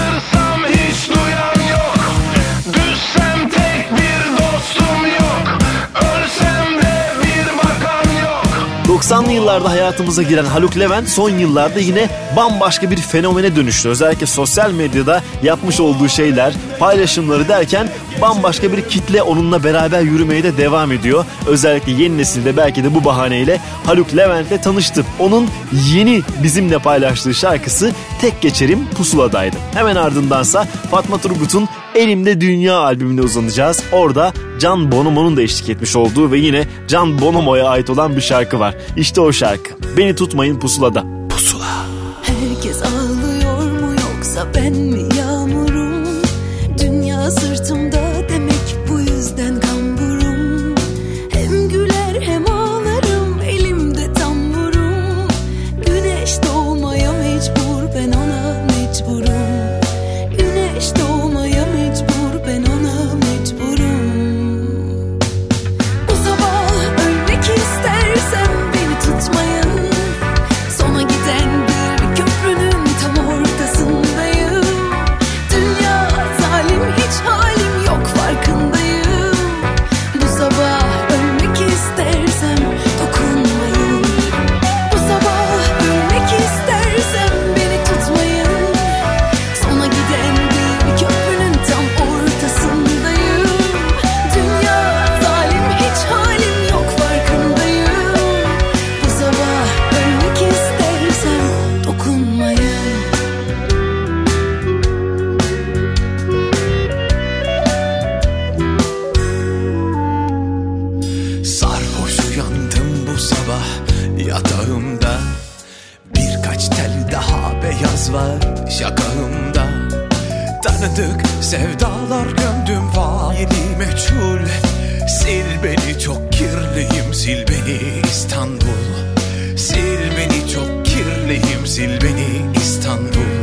Haykırsam hiç duyan yok. Düşsem tek bir dostum yok. doksanlı yıllarda hayatımıza giren Haluk Levent son yıllarda yine bambaşka bir fenomene dönüştü. Özellikle sosyal medyada yapmış olduğu şeyler, paylaşımları derken bambaşka bir kitle onunla beraber yürümeye de devam ediyor. Özellikle yeni nesilde belki de bu bahaneyle Haluk Levent'le tanıştık. Onun yeni bizimle paylaştığı şarkısı Tek Geçerim Pusula'daydı. Hemen ardındansa Fatma Turgut'un Elimde Dünya albümüne uzanacağız. Orada Can Bonomo'nun da eşlik etmiş olduğu ve yine Can Bonomo'ya ait olan bir şarkı var. İşte o şarkı. Beni Tutmayın Pusula'da. Pusula. Herkes ağlıyor mu yoksa ben mi yağmurum? Dünya sırtımda demek bu yüzden kamburum. Hem güler hem ağlarım, elimde tamburum. Güneş doğmaya mecbur, ben ona mecburum. Güneş doğmaya mecbur, ben ona mecburum. Bu sabah ölmek istersem beni tutmayın. Sona giden bir köprünün tam ortasındayım. Dünya zalim, hiç halim yok farkındayım. Bu sabah ölmek istersem dokunmayın. Bu sabah ölmek istersem beni tutmayın. Sona giden bir köprünün tam ortasındayım. Dünya zalim, hiç halim yok farkındayım. Bu sabah ölmek istersem dokunmayın. Sarhoş uyandım bu sabah yatağımda. Birkaç tel daha beyaz var şakağımda. Tanıdık sevdalar gömdüm faili meçhul. Sil beni çok kirliyim, sil beni İstanbul. Sil beni çok kirliyim, sil beni İstanbul.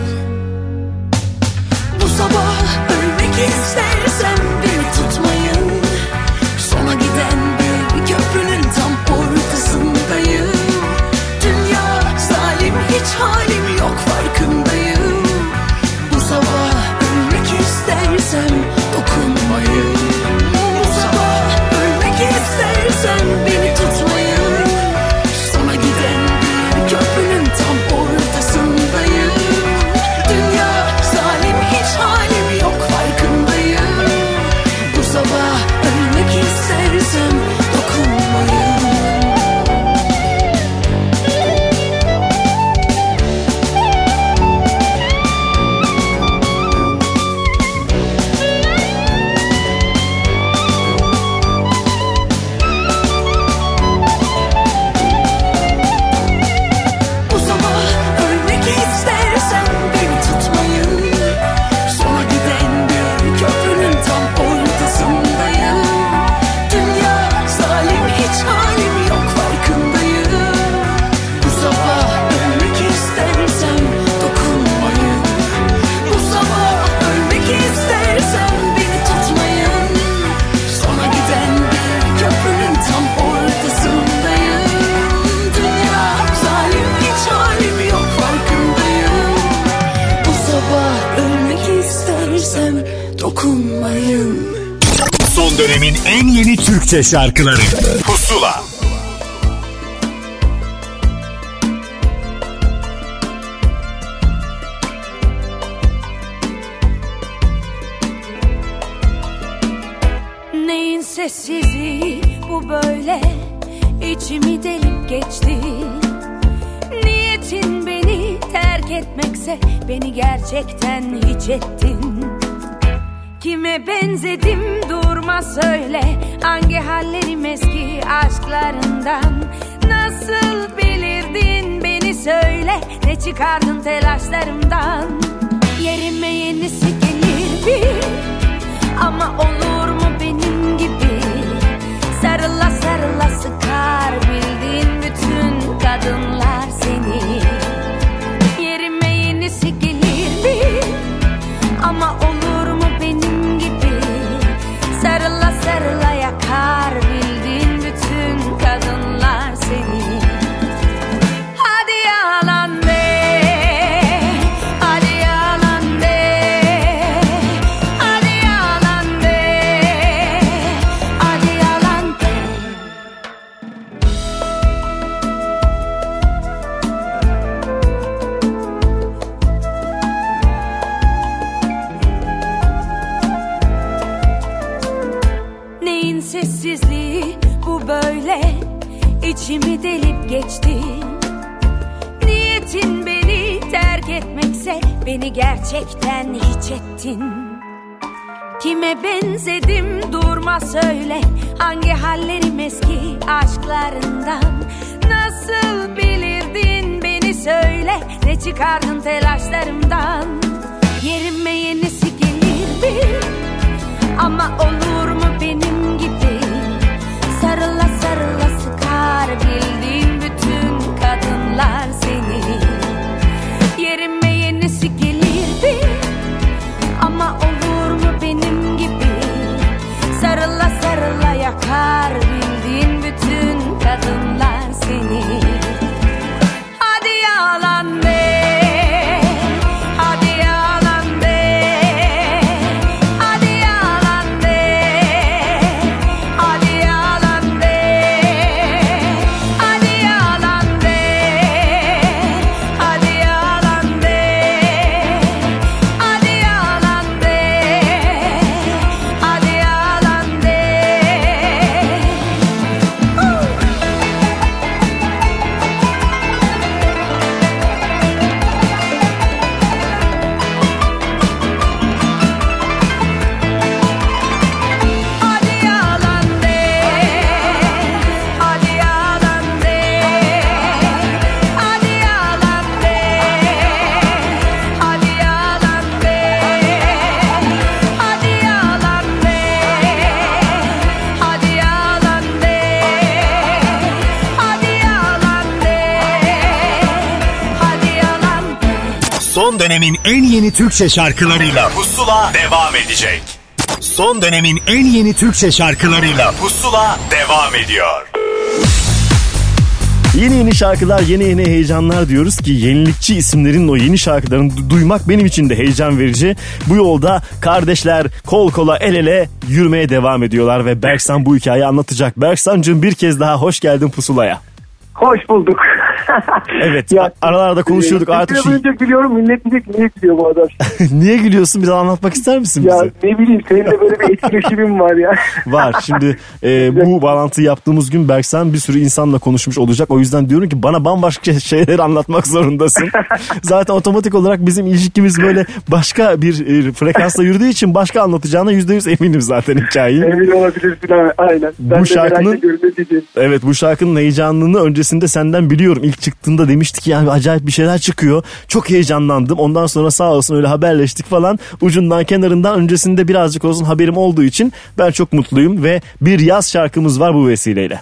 Bu sabah ölmek istersem beni tutmayın. Sona giden bir köprünün tam ortasındayım. Dünya zalim, hiç halim yok farkındayım. Bu sabah ölmek istersem dokunmayın. Bu sabah ölmek istersem beni tutmayın. Sona giden bir köprünün tam ortasındayım. Dünya zalim, hiç halim yok farkındayım. Bu sabah ölmek istersem dokunmayın. Bu sabah ölmek istersem beni tutmayın. Sona giden bir köprünün tam ortasındayım. Dünya zalim, hiç halim yok farkındayım. Bu sabah ölmek istersem dokunmayın. Bu sabah ölmek istersem beni tutmayın. Sona giden bir köprünün tam ortasındayım. Dünya zalim, hiç halim yok farkındayım. Bu sabah ölmek istersem dokunmayın. Son dönemin en yeni Türkçe şarkıları Pusula. Neyin sessizliği bu böyle, içimi delip geçti. Niyetin beni terk etmekse beni gerçekten hiç ettin. Kime benzedim durma söyle, hangi hallerim eski aşklarından. Nasıl bilirdin beni söyle, ne çıkardın telaşlarımdan. Yerime yenisi gelir bir, ama olur mu benim gibi? Sarıla sarıla sıkar bildiğin bütün kadınlar seni. Yerime yenisi gelir bir, ama olur mu benim gibi? Sarıla sarıla yakar bildiğin bütün kadınlar seni. Hadi yalan de, hadi yalan de, hadi yalan de. sessizliği bu böyle içimi delip geçti. Niyetin beni terk etmekse beni gerçekten hiç ettin. Kime benzedim durma söyle, hangi hallerim eski aşklarından. Nasıl bilirdin beni söyle, ne çıkardın telaşlarımdan. Yerime yenisi gelirdi ama olur mu benim gibi? Sarıla sarıla sıkar bildiğin bütün kadınlar seni. Yerime yenisi gelirdi ama olur mu benim gibi? Sarıla sarıla yakar bildiğin bütün kadınlar seni. Hadi yalan de, hadi yalan de, hadi yalan de, hadi yalan de, hadi yalan de, hadi yalan de, hadi yalan de, hadi yalan de. Hadi yalan de, hadi yalan de, hadi yalan de, hadi yalan de, hadi yalan de, hadi yalan de, hadi yalan de, hadi yalan de. Son dönemin en yeni Türkçe şarkılarıyla Pusula devam edecek. Son dönemin en yeni Türkçe şarkılarıyla Pusula devam ediyor. Yeni yeni şarkılar, yeni yeni heyecanlar diyoruz ki yenilikçi isimlerin o yeni şarkılarını du- duymak benim için de heyecan verici. Bu yolda kardeşler kol kola el ele yürümeye devam ediyorlar ve Berksan bu hikayeyi anlatacak. Berksancığım bir kez daha hoş geldin Pusula'ya. Hoş bulduk. Evet ya, aralarda konuşuyorduk artık şey. şey... Önce biliyorum millet diyecek niye gülüyor bu adam. Niye gülüyorsun, biraz anlatmak ister misin ya, bize? Ya ne bileyim seninle böyle bir etkileşimim var ya. Var şimdi e, bu bağlantıyı yaptığımız gün Berksan bir sürü insanla konuşmuş olacak. O yüzden diyorum ki bana bambaşka şeyler anlatmak zorundasın. Zaten otomatik olarak bizim ilişkimiz böyle başka bir e, frekansla yürüdüğü için başka anlatacağına yüzde yüz eminim zaten hikayeyi. Emin olabilirsin aynen. Ben bu şarkının de evet bu şarkının heyecanını öncesinde senden biliyorum. İlk çıktığında demiştik yani acayip bir şeyler çıkıyor. Çok heyecanlandım. Ondan sonra sağ olsun öyle haberleştik falan. Ucundan kenarından öncesinde birazcık olsun haberim olduğu için ben çok mutluyum ve bir yaz şarkımız var bu vesileyle.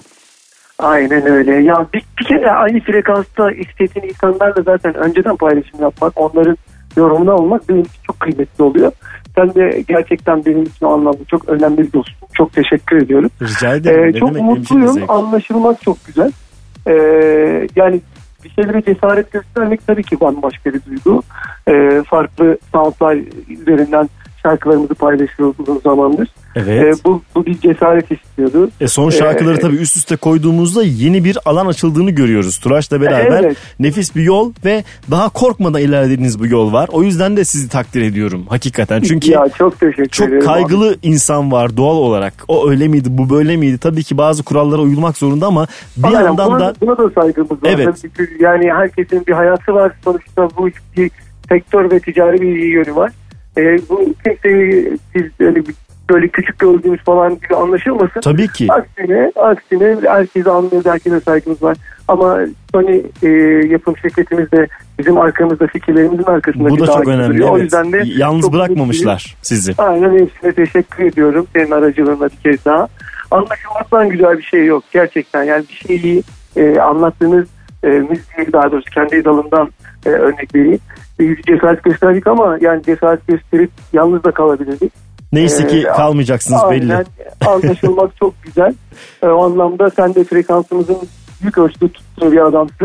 Aynen öyle. Ya bir, bir kere aynı frekansta istediğin insanlarla zaten önceden paylaşım yapmak, onların yorumunu almak benim için çok kıymetli oluyor. Sen de gerçekten benim için o anlamda çok önemli bir dostum. Çok teşekkür ediyorum. Rica ederim. Ee, çok demek, mutluyum. Anlaşılmak çok güzel. Ee, yani bir şeylere cesaret göstermek tabii ki bambaşka bir duygu. Ee, farklı soundlar üzerinden şarkılarımızı paylaşıyoruz uzun zamandır. Evet. Ee, bu, bu bir cesaret istiyordu. E son şarkıları ee, tabii üst üste koyduğumuzda yeni bir alan açıldığını görüyoruz. Turaç'la beraber evet. Nefis bir yol ve daha korkmadan ilerlediğiniz bu yol var. O yüzden de sizi takdir ediyorum hakikaten. Çünkü ya, çok, teşekkür çok kaygılı abi. İnsan var doğal olarak. O öyle miydi, bu böyle miydi? Tabii ki bazı kurallara uyulmak zorunda ama bir Aynen, yandan buna, da... Buna da saygımız var. Evet. Tabii, yani herkesin bir hayatı var. Sonuçta bu bir sektör ve ticari bir yönü var. Ee, bu kimseyi siz öyle bir böyle küçük gördüğümüz falan gibi anlaşılmasın. Tabii ki. Aksine, aksine herkese anlıyoruz, herkese saygımız var. Ama Sony e, yapım şirketimiz de bizim arkamızda, fikirlerimizin arkasında. Bu da çok önemli. Evet. O yüzden de yalnız bırakmamışlar mutluyum. Sizi. Aynen, hepsine teşekkür ediyorum. Senin aracılığına bir kez daha. Anlaşılmaktan güzel bir şey yok. Gerçekten yani bir şeyi e, anlattığınız e, müziği, daha doğrusu kendi dalından e, örnek vereyim. Bir cesaret gösterdik ama yani cesaret gösterip yalnız da kalabilirdik. Neyse ki ee, kalmayacaksınız belli. Aynen, anlaşılmak çok güzel. Ee, o anlamda sen de frekansımızın büyük ölçüde tuttuğu bir adamsın.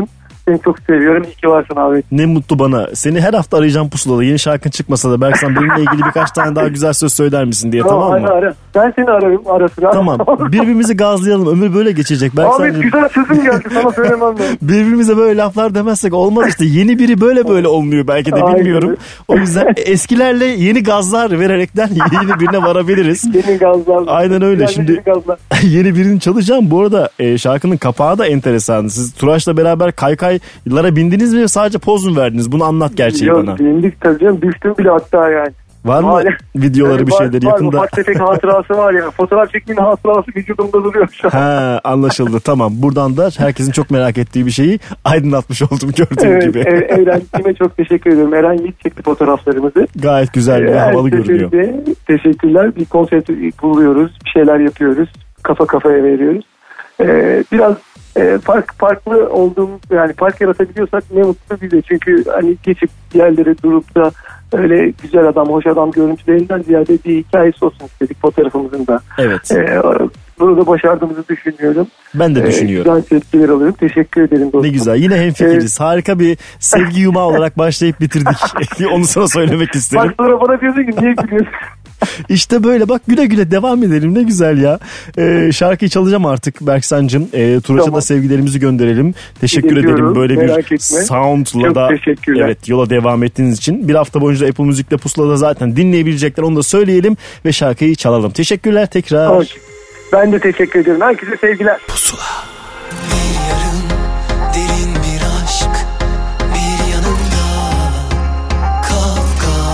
Seni çok seviyorum. İyi ki varsın abi. Ne mutlu bana. Seni her hafta arayacağım pusulada. Yeni şarkın çıkmasa da Berksan benimle ilgili birkaç tane daha güzel söz söyler misin diye, tamam mı? Ara, ara. Ben seni ararım ara sıra. Tamam. Birbirimizi gazlayalım. Ömür böyle geçecek. Berksan, Ahmet güzel sözüm geldi sana söylemem ben. Birbirimize böyle laflar demezsek olmaz işte. Yeni biri böyle böyle olmuyor belki de, bilmiyorum. Aynen. O yüzden eskilerle yeni gazlar vererekten yeni birine varabiliriz. Yeni gazlar. Aynen öyle. Şimdi yeni birini çalacağım. Bu arada e, şarkının kapağı da enteresan. Siz Turaç'la beraber kaykaylara bindiniz mi, sadece poz mu verdiniz? Bunu anlat gerçeği Yok, bana. Yok bindik tabii canım. Düştüm bile hatta yani. Var mı Var. videoları yani bir şeyleri var, yakında? Var, ufak tefek hatırası var ya. Fotoğraf çekmenin hatırası vücudumda duruyor şu an. Ha, anlaşıldı, tamam. Buradan da herkesin çok merak ettiği bir şeyi aydınlatmış oldum gördüğüm evet, gibi. Evet, Eren'cime çok teşekkür ediyorum. Eren Yiğit çekti fotoğraflarımızı. Gayet güzel ve havalı görünüyor. Teşekkürler. Bir konsept buluyoruz, bir şeyler yapıyoruz. Kafa kafaya veriyoruz. Ee, biraz e, fark, farklı olduğumuz, yani fark yaratabiliyorsak ne mutlu bize. Çünkü hani geçip yerlere durup da öyle güzel adam, hoş adam görüntülerinden ziyade bir hikayesi olsun istedik fotoğrafımızın da. Evet. Ee, bunu da başardığımızı düşünüyorum. Ben de düşünüyorum. Ee, güzel tepkiler alıyorum. Teşekkür ederim dostum. Ne güzel. Yine hemfikiriz. Evet. Harika bir sevgi yumağı olarak başlayıp bitirdik. Onu sana söylemek isterim. Bak sonra bana diyorsun ki niye gülüyorsun? İşte böyle bak, güle güle devam edelim, ne güzel ya. Ee, şarkıyı çalacağım artık Berksancığım. Ee, Turaç'a tamam. da sevgilerimizi gönderelim. Teşekkür ederim böyle Merak bir etme. soundla çok da evet, yola devam ettiğiniz için. Bir hafta boyunca Apple Müzik'te Pusula'da zaten dinleyebilecekler, onu da söyleyelim ve şarkıyı çalalım. Teşekkürler tekrar. Hoş. Ben de teşekkür ederim. Herkese sevgiler. Pusula. Bir yarım derin bir aşk, bir yanımda kavga,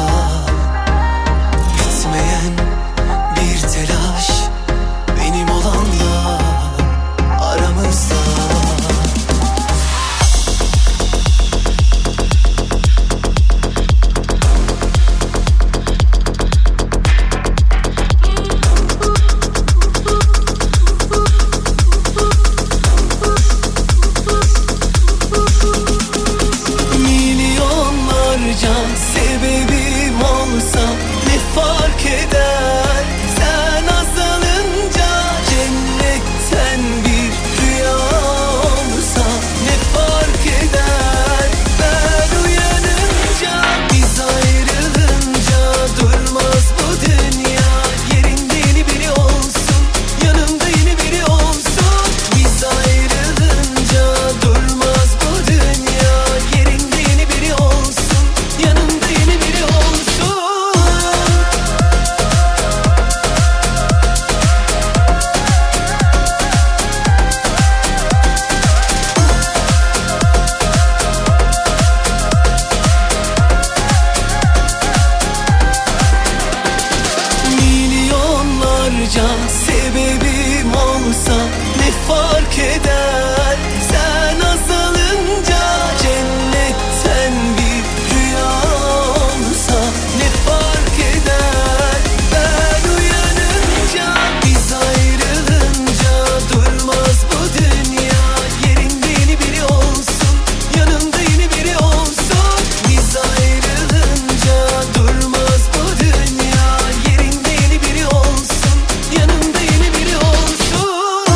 bitmeyen bir telaş, benim olanla aramızda. Sebebim olsa ne fark eder? Sen azalınca cennetten bir rüya olsa ne fark eder? Ben uyanınca, biz ayrılınca durmaz bu dünya. Yerinde yeni biri olsun, yanımda yeni biri olsun. Biz ayrılınca durmaz bu dünya. Yerinde yeni biri olsun, yanımda yeni biri olsun. Milyonlarca sebebim olsa ne fark eder? Sen azalınca cennetten bir rüya olsa ne fark eder? Ben uyanınca, biz ayrılınca durmaz bu dünya. Yerinde yeni biri olsun, yanımda yeni biri olsun. Biz ayrılınca durmaz bu dünya. Yerinde yeni biri olsun, yanımda yeni biri olsun.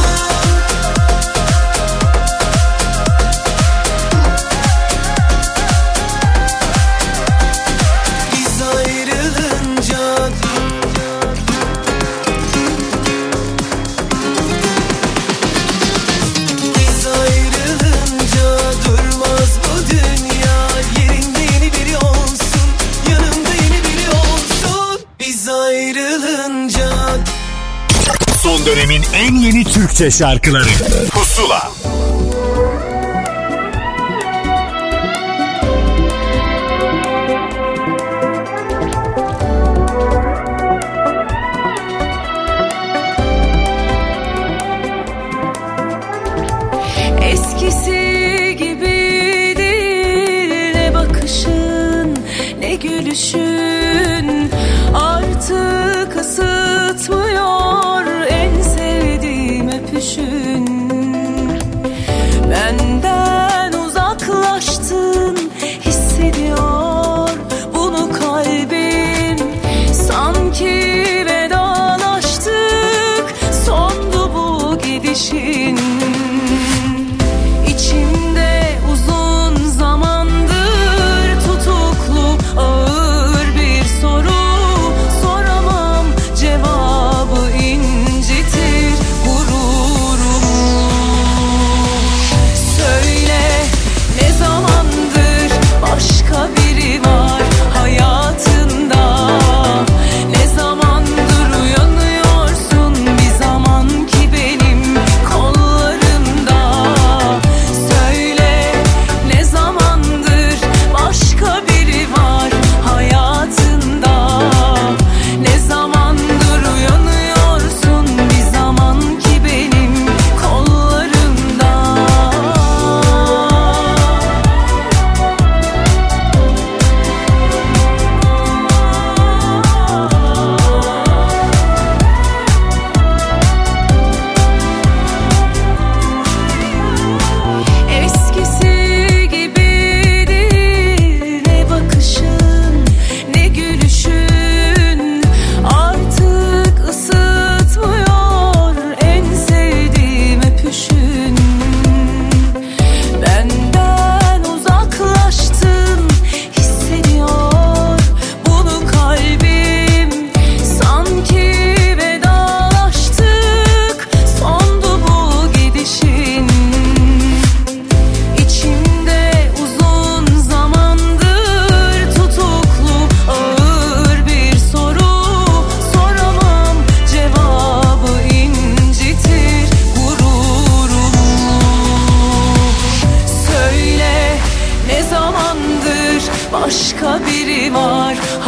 Biz ayrılınca, biz ayrılınca durmaz bu dünya. Yerinde yeni biri olsun, yanımda yeni biri olsun. Biz ayrılınca. Son dönemin en yeni Türkçe şarkıları Pusula. Eskisi gibi değil, ne bakışın ne gülüşün artık ısıtmıyor en sevdiğim öpüşün. Benden uzaklaştın, hissediyor bunu kalbim. Sanki vedalaştık, sondu bu gidişin. İçimde uzun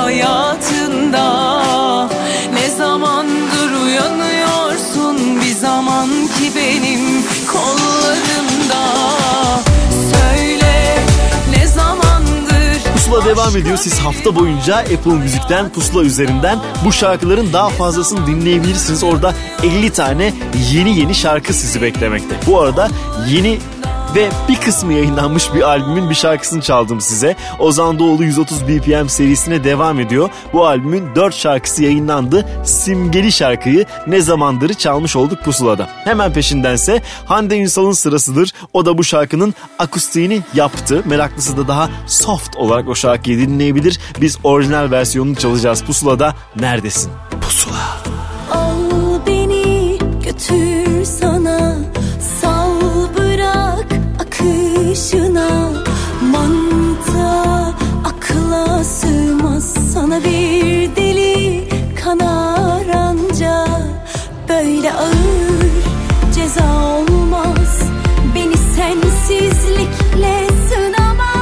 hayatında. Ne zamandır uyanıyorsun bir zaman ki benim kollarımda. Söyle ne zamandır. Pusula devam ediyor. Siz hafta boyunca Apple Müzik'ten, Pusula üzerinden bu şarkıların daha fazlasını dinleyebilirsiniz. Orada elli tane yeni yeni şarkı sizi beklemekte. Bu arada yeni ve bir kısmı yayınlanmış bir albümün bir şarkısını çaldım size. Ozan Doğulu yüz otuz B P M serisine devam ediyor. Bu albümün dört şarkısı yayınlandı. Simgeli şarkıyı Ne Zamandır'ı çalmış olduk Pusula'da. Hemen peşindense Hande Ünsal'ın sırasıdır. O da bu şarkının akustiğini yaptı. Meraklısı da daha soft olarak o şarkıyı dinleyebilir. Biz orijinal versiyonunu çalacağız Pusula'da. Neredesin? Pusula. Al beni götür sana, sal bırak akışına. Manta akla sığmaz, sana bir deli kanar anca. Böyle ağır ceza olmaz, beni sensizlikle sınama.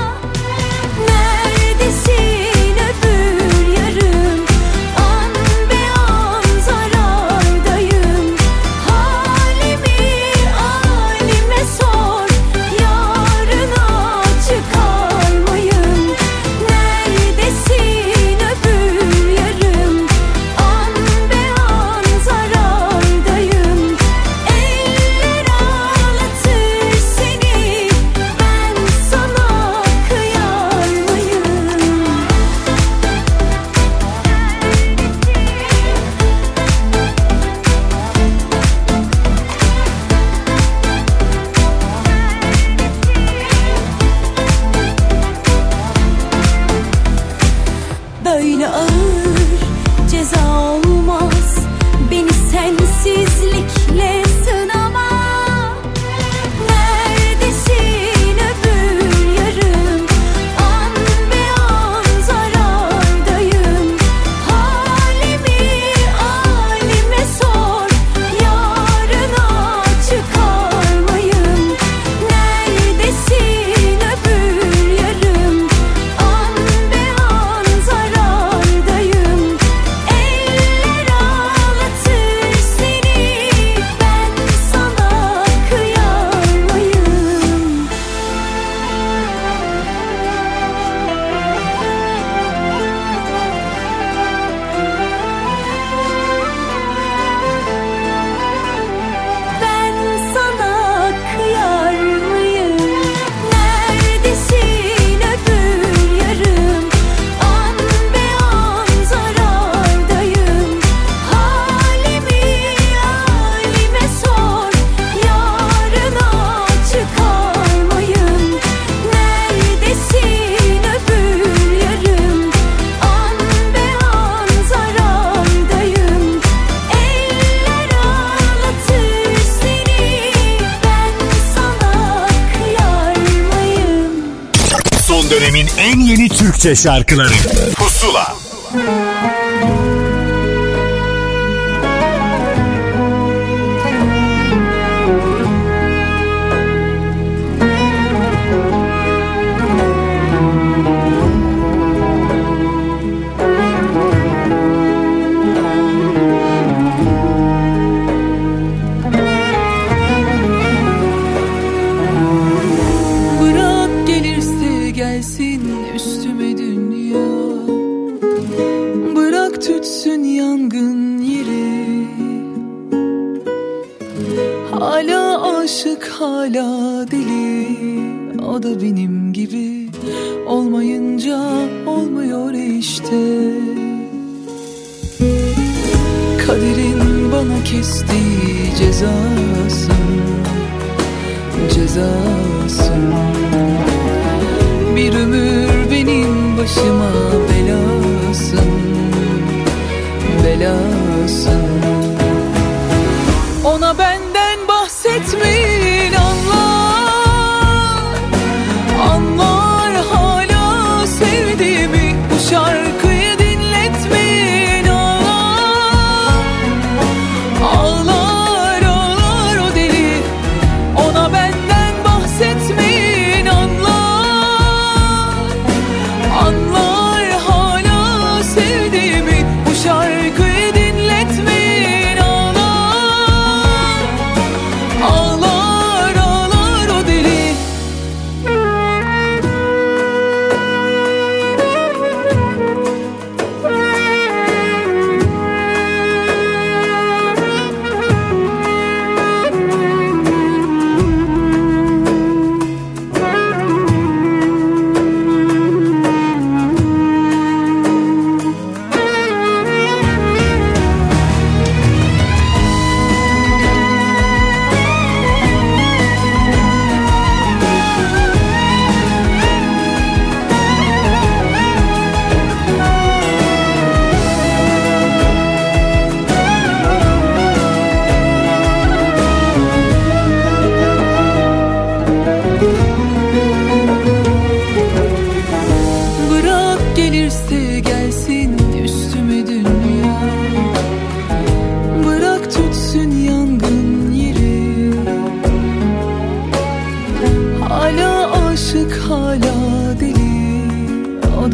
Neredesin öbür yarım, an be an zarardayım. Halimi halime sor, yarına çıkarmayın. Neredesin öbür yarım, an be an zarardayım. Eller ağlatır seni, ben sana kıyar mıyım? Böyle ağır ceza olmaz, beni sensizlikle sınama. Neredesin öbür yarım, an be an zarardayım. Halimi halime sor, yarına çıkarmayın. Neredesin öbür yarım, an be an zarardayım. Eller ağlatır seni, ben sana kıyar mıyım? Ben sana kıyar mıyım? Neredesin öbür yarım, an be an zarardayım. Halimi halime sor, yarına çıkarmayın. Neredesin öbür yarım, an be an zarardayım. Eller ağlatır seni, ben sana kıyar mıyım? Son dönemin en yeni Türkçe şarkıları Pusula. Bırak gelirse gelsin üstüme dünya. Bırak tütsün yangın yeri. Hala aşık hala deli, o da benim gibi. Olmayınca olmuyor işte. Kaderin bana kestiği cezasın, cezasın. Bir ömür benim başıma belasın, belasın. Ona benden bahsetmeyin, anlar, anlar hala sevdiğimi. Bu şarkıyı dinletmeyin, ağlar, ağlar, ağlar o deli. Ona benden bahsetmeyin, anlar, anlar hala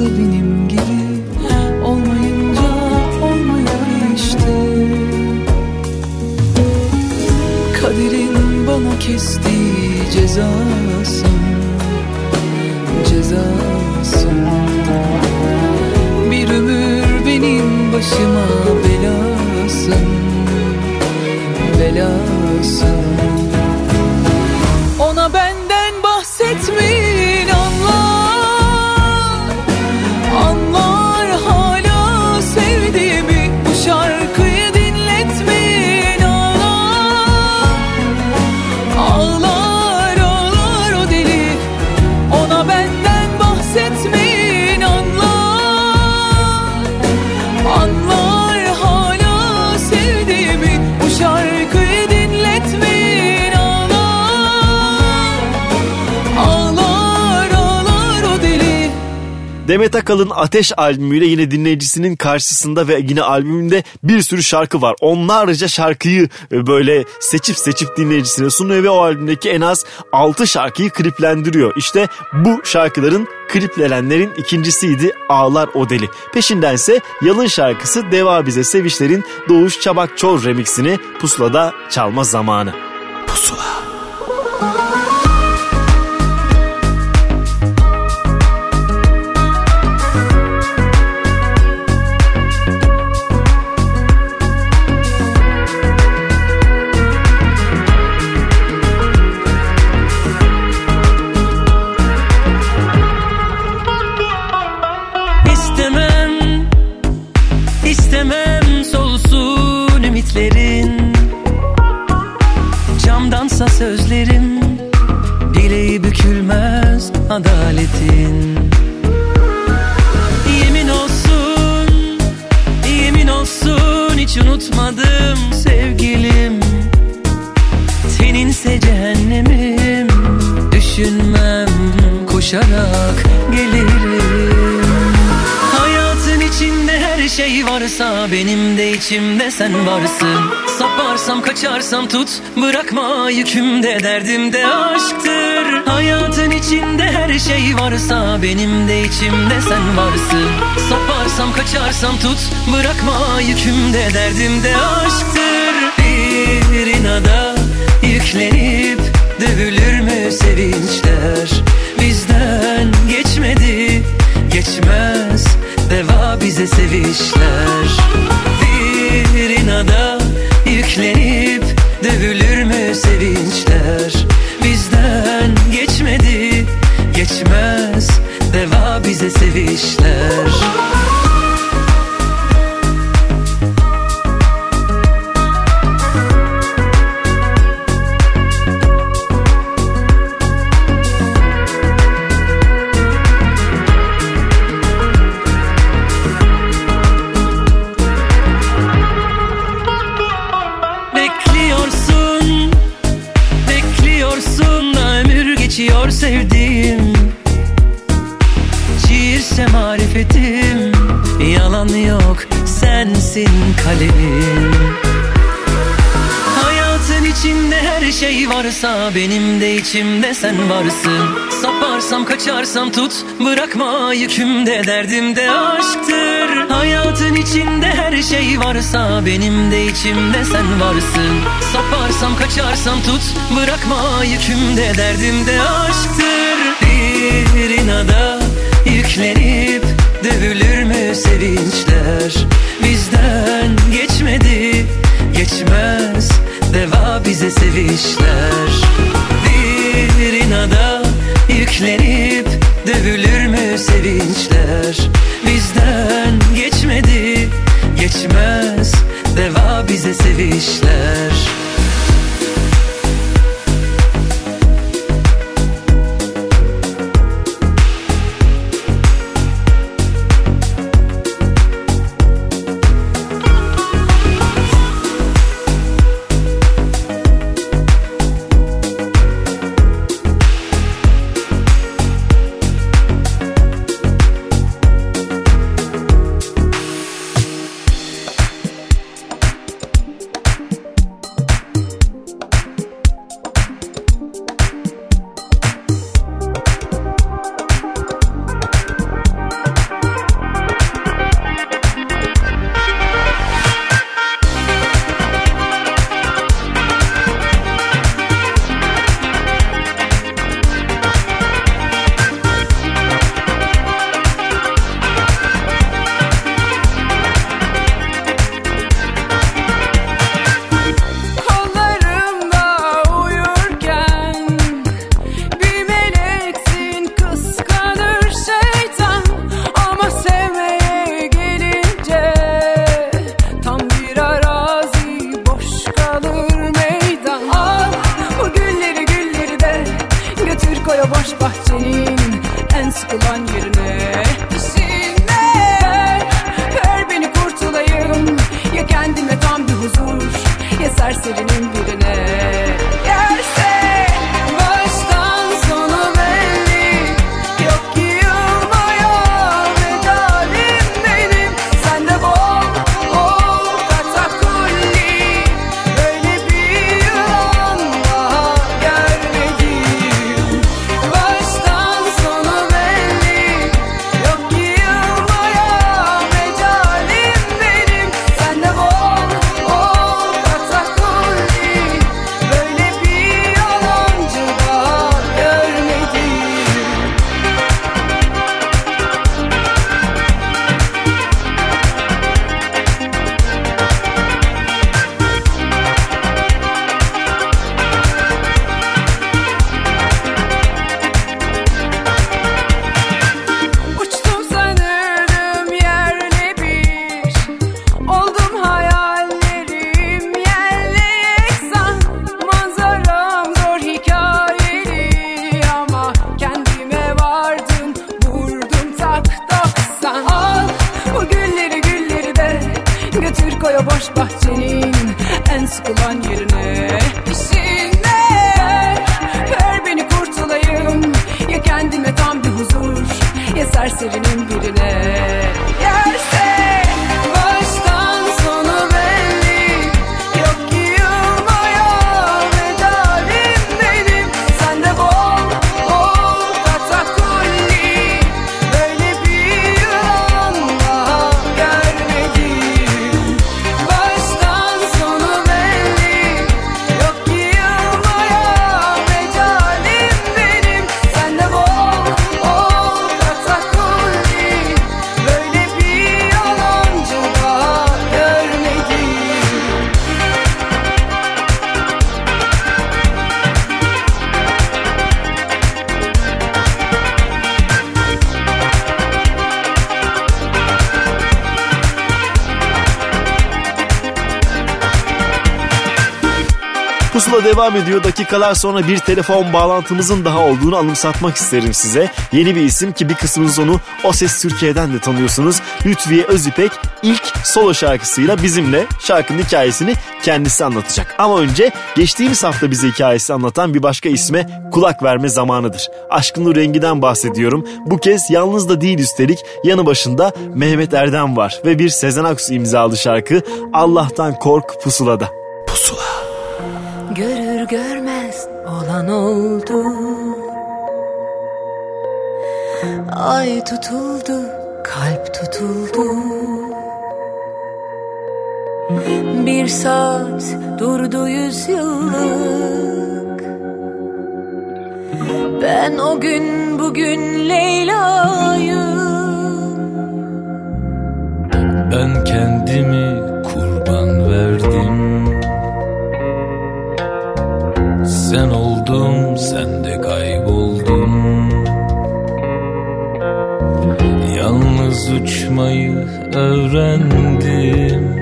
da benim gibi olmayınca olmuyor işte. Kaderin bana kestiği cezasın, cezasın. Bir ömür benim başıma belasın, belasın. Ona benden bahsetmeyin, anlar, anlar hala sevdiğimi. Bu şarkıyı dinletmeyin, ağlar, ağlar, ağlar o deli. Ona benden bahsetmeyin, anlar, anlar hala sevdiğimi. Bu şarkıyı dinletmeyin, ağlar, ağlar, ağlar o deli. Demet Akalın Ateş albümüyle yine dinleyicisinin karşısında ve yine albümünde bir sürü şarkı var. Onlarca şarkıyı böyle seçip seçip dinleyicisine sunuyor ve o albümdeki en az altı şarkıyı kliplendiriyor. İşte bu şarkıların kliplenenlerin ikincisiydi Ağlar O Deli. Peşindense Yalın şarkısı Deva Bize Sevişler'in Doğuş Çabakçor remixini Pusula'da çalma zamanı. Pusula. İstemem, istemem solsun ümitlerin. Camdansa sözlerim, bileği bükülmez adaletin. Yemin olsun, yemin olsun hiç unutmadım sevgilim. Seninse cehennemim, düşünmem koşarak gelirim. Hayatın içinde her şey varsa benim de içimde sen varsın. Saparsam kaçarsam tut, bırakma yükümde derdimde aşktır. Hayatın içinde her şey varsa benim de içimde sen varsın. Saparsam kaçarsam tut, bırakma yükümde derdimde aşktır. Bir inada yüklenip dövülür mü sevinçler? Bizden geçmedi, geçmez deva bize sevişler. Bir inada yüklenip dövülür mü sevinçler? Bizden geçmedi, geçmez deva bize sevişler. Bekliyorsun, bekliyorsun da ömür geçiyor sevdiğim. Şiirse marifetim, yalan yok sensin kalemim. Hayatın içinde her şey varsa benim de içimde sen varsın. Saparsam kaçarsam tut, bırakma yükümde derdimde aşktır. Hayatın içinde her şey varsa benim de içimde sen varsın. Saparsam kaçarsam tut, bırakma yükümde derdimde aşktır. Bir inada yüklenip dövülür mü sevinçler? Bizden geçmedi, geçmez deva bize sevişler. Bir inada yüklenip dövülür mü sevinçler? Bizden geçmedi, geçmez deva bize sevişler. bahçenin en sıkılan yerine. İşine ver beni kurtulayım, ya kendime tam bir huzur, ya serserinin birine. Yerse baştan sonu belli, yok ki yılmaya medalim benim. Sen de bol bol katakulli, böyle bir yılan daha görmedim. Baştan sonu belli, yok ki yılmaya medalim benim. Sen de bol bol katakulli, böyle bir yalancı daha görmedim. Uçtum sanırdım yerle bir, oldum hayallerim yerle yeksan. Manzaram zor hikayeli, ama kendime vardım, vurdum tak doksan. Al bu gülleri gülleri de götür koy o boş bahçenin en sıkılan yerine. İşine ver beni kurtulayım, ya kendime tam bir huzur, ya serserinin birine. Yerse baştan sonu belli, yok ki yılmaya medalim benim. Sen de bol bol katakulli, böyle bir yılan daha görmedim. Baştan sonu belli, yok ki yılmaya medalim benim. Sen de bol bol katakulli, böyle bir yalancı daha görmedim. Pusula devam ediyor. Dakikalar sonra bir telefon bağlantımızın daha olduğunu anımsatmak isterim size. Yeni bir isim ki bir kısmınız onu O Ses Türkiye'den de tanıyorsunuz. Lütfiye Özipek ilk solo şarkısıyla bizimle şarkının hikayesini kendisi anlatacak. Ama önce geçtiğimiz hafta bize hikayesi anlatan bir başka isme kulak verme zamanıdır. Aşkın Nur Rengi'den bahsediyorum. Bu kez yalnız da değil, üstelik yanı başında Mehmet Erdem var ve bir Sezen Aksu imzalı şarkı Allah'tan Kork Pusula'da. Pusula. Görür görmez olan oldu, ay tutuldu, kalp tutuldu. Bir saat durdu yüz yıllık. Ben o gün bugün Leyla'yım. Ben kendimi kurban verdim. Sen oldum, sen de kayboldun. Yalnız uçmayı öğrendim.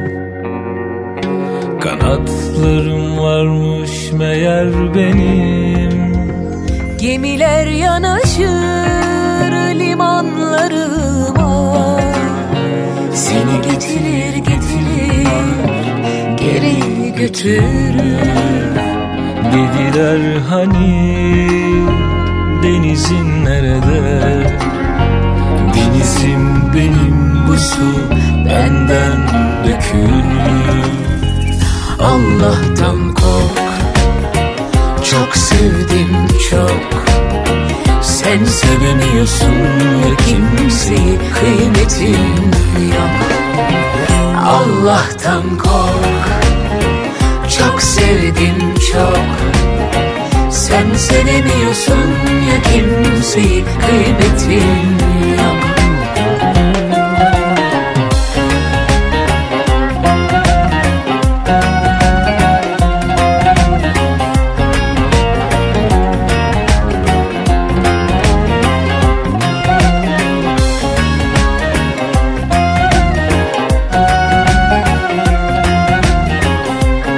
Kanatlarım varmış meğer benim. Gemiler yanaşır limanlarıma. Seni getirir getirir, geri götürür. Dediler hani denizin nerede? Denizim benim, bu su benden dökülür. Allah'tan kork, çok sevdim çok. Sen sevemiyorsun ya kimseyi, kıymetin yok. Allah'tan kork, çok sevdim çok. Sen sevemiyorsun ya kimseyi, kıymetin yok.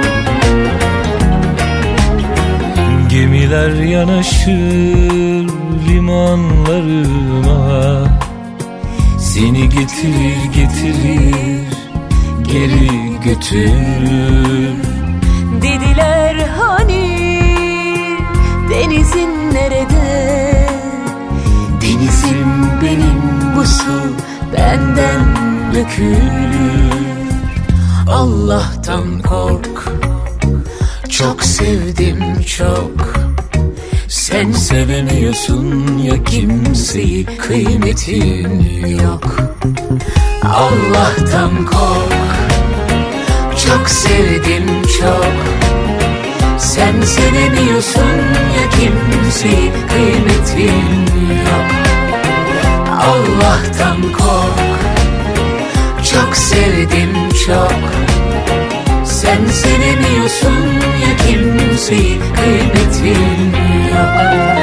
Gemiler yanaşır limanlarıma. Seni getirir getirir geri götürür. Dediler hani denizin nerede? Denizim benim, bu su benden dökülür. Allah'tan kork, çok sevdim çok. Sen sevemiyorsun ya, kimseyi, kıymetin yok. Allah'tan kork, çok sevdim çok. Sen sevemiyorsun ya, kimseyi, kıymetin yok. Allah'tan kork, çok sevdim çok. Sen sevemiyorsun ya, kimseyi, kıymetin yok.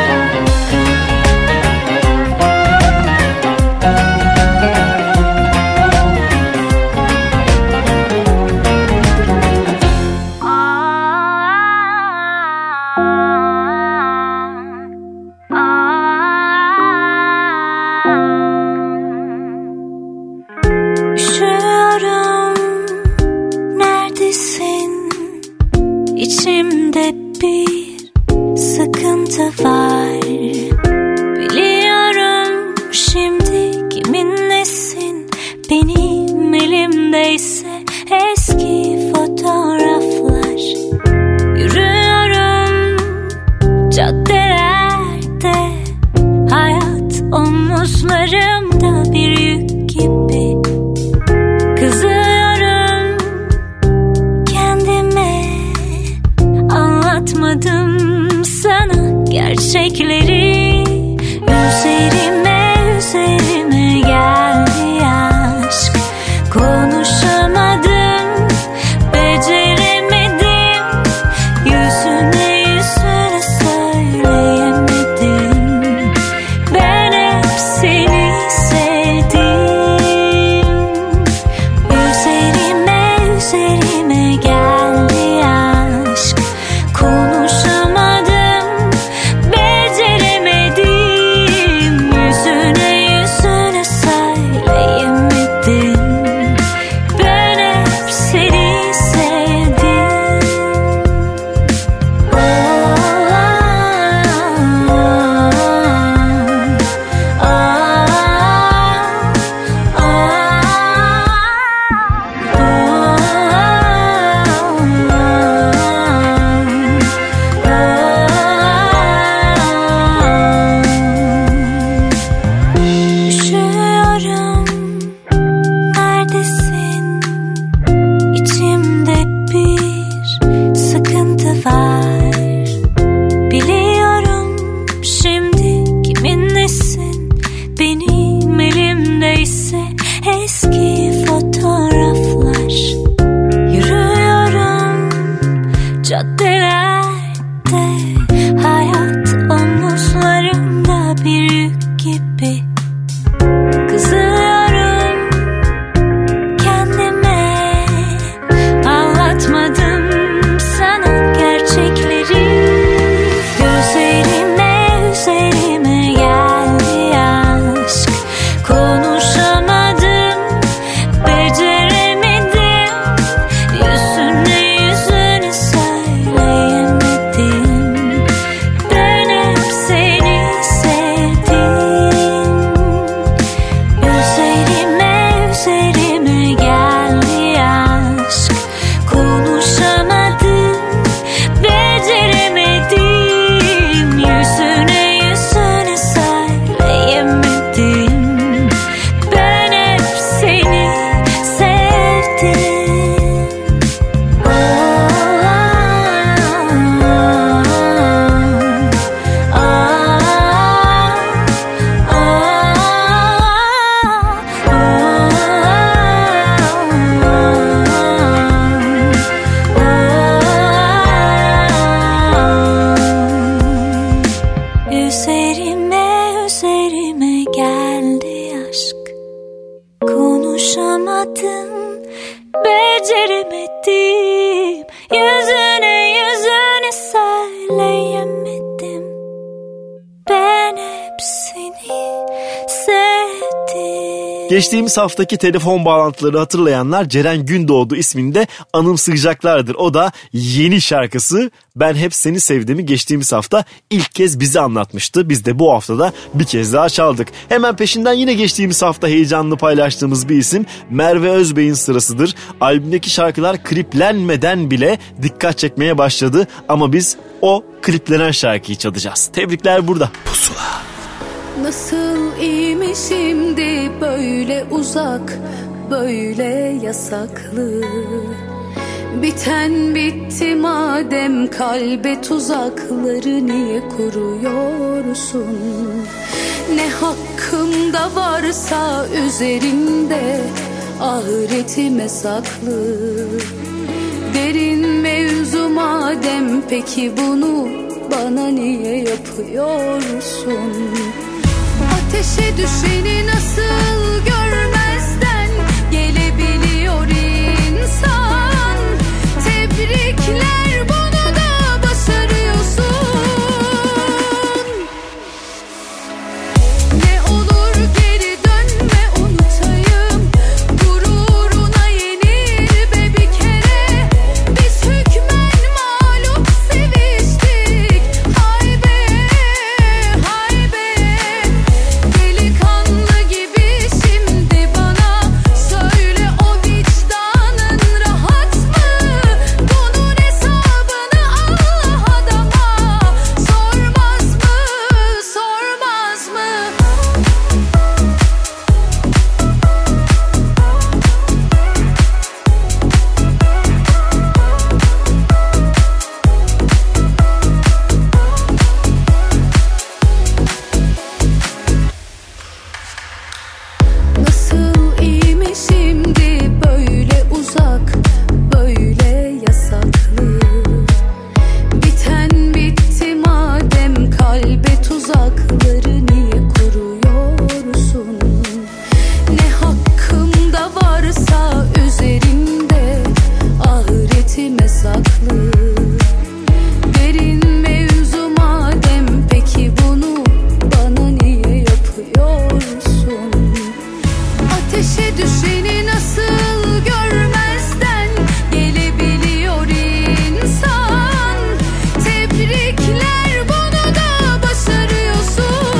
Üşüyorum, neredesin? İçimde bir sıkıntı var. Biliyorum şimdi kiminlesin. Benim elimdeyse eski fotoğraflar. Yürüyorum caddelerde, hayat omuzlarımda bir yük gibi. Kızıyorum kendime, anlatmadım sana gerçekleri. Üzerime üzerime geldi aşk. Konuşamadım, beceremedim. Yüzüne yüzüne söyleyemedim. Ben hep seni sevdim. Üzerime üzerime geldi aşk. Konuşamadım, beceremedim. Geçtiğimiz haftaki telefon bağlantıları hatırlayanlar Ceren Gündoğdu isminde anımsayacaklardır. O da yeni şarkısı Ben Hep Seni Sevdiğimi geçtiğimiz hafta ilk kez bize anlatmıştı. Biz de bu haftada bir kez daha çaldık. Hemen peşinden yine geçtiğimiz hafta heyecanlı paylaştığımız bir isim Merve Özbey'in sırasıdır. Albümdeki şarkılar kliplenmeden bile dikkat çekmeye başladı ama biz o kliplenen şarkıyı çalacağız. Tebrikler burada. Pusula. Nasıl iyi mi şimdi böyle uzak, böyle yasaklı? Biten bitti madem kalbe tuzakları niye kuruyorsun? Ne hakkımda varsa üzerimde ahiretime saklı. Derin mevzu madem peki bunu bana niye yapıyorsun? Ateşe düşeni nasıl görmezden gelebiliyor insan? Tebrikler, bunu da başarıyorsun. Ne olur geri dönme, unutayım. Gururuna yenir be bir kere. Biz hükmen mağlup seviştik. Hay be, hay be. Delikanlı gibi şimdi bana söyle, o vicdanın rahat mı? Bunun hesabını Allah adama sormaz mı, sormaz mı? Nasıl iyi mi şimdi böyle uzak, böyle yasaklı? Biten bitti madem kalbe tuzakları niye kuruyorsun? Ne hakkımda varsa üzerimde ahiretime saklı. Derin mevzu madem peki bunu bana niye yapıyorsun? Ateşe düşeni nasıl görmezden gelebiliyor insan? Tebrikler, bunu da başarıyorsun.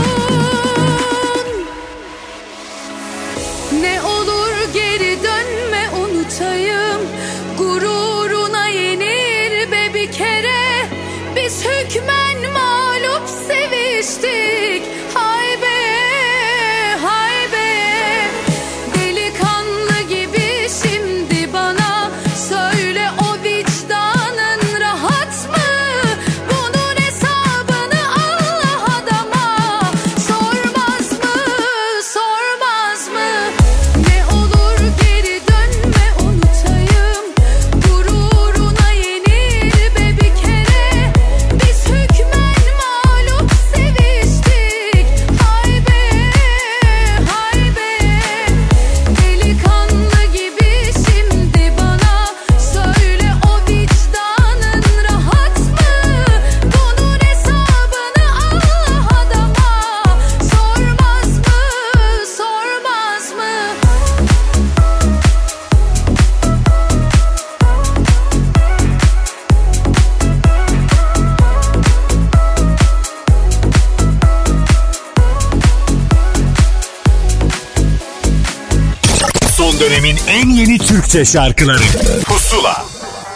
Ne olur geri dönme, unutayım. Gururuna yenir be bir kere. Biz hükmen mağlup seviştik. Hay be, hay be. Delikanlı gibi şimdi bana söyle, o vicdanın rahat mı? Bunun hesabını Allah adama sormaz mı, sormaz mı? Ne olur geri dönme, unutayım. Gururuna yenir be bir kere. Biz hükmen mağlup seviştik. Hay be, hay be. Delikanlı gibi şimdi bana söyle, o vicdanın rahat mı? Bunun hesabını Allah adama sormaz mı, sormaz mı? Son dönemin en yeni Türkçe şarkıları Pusula.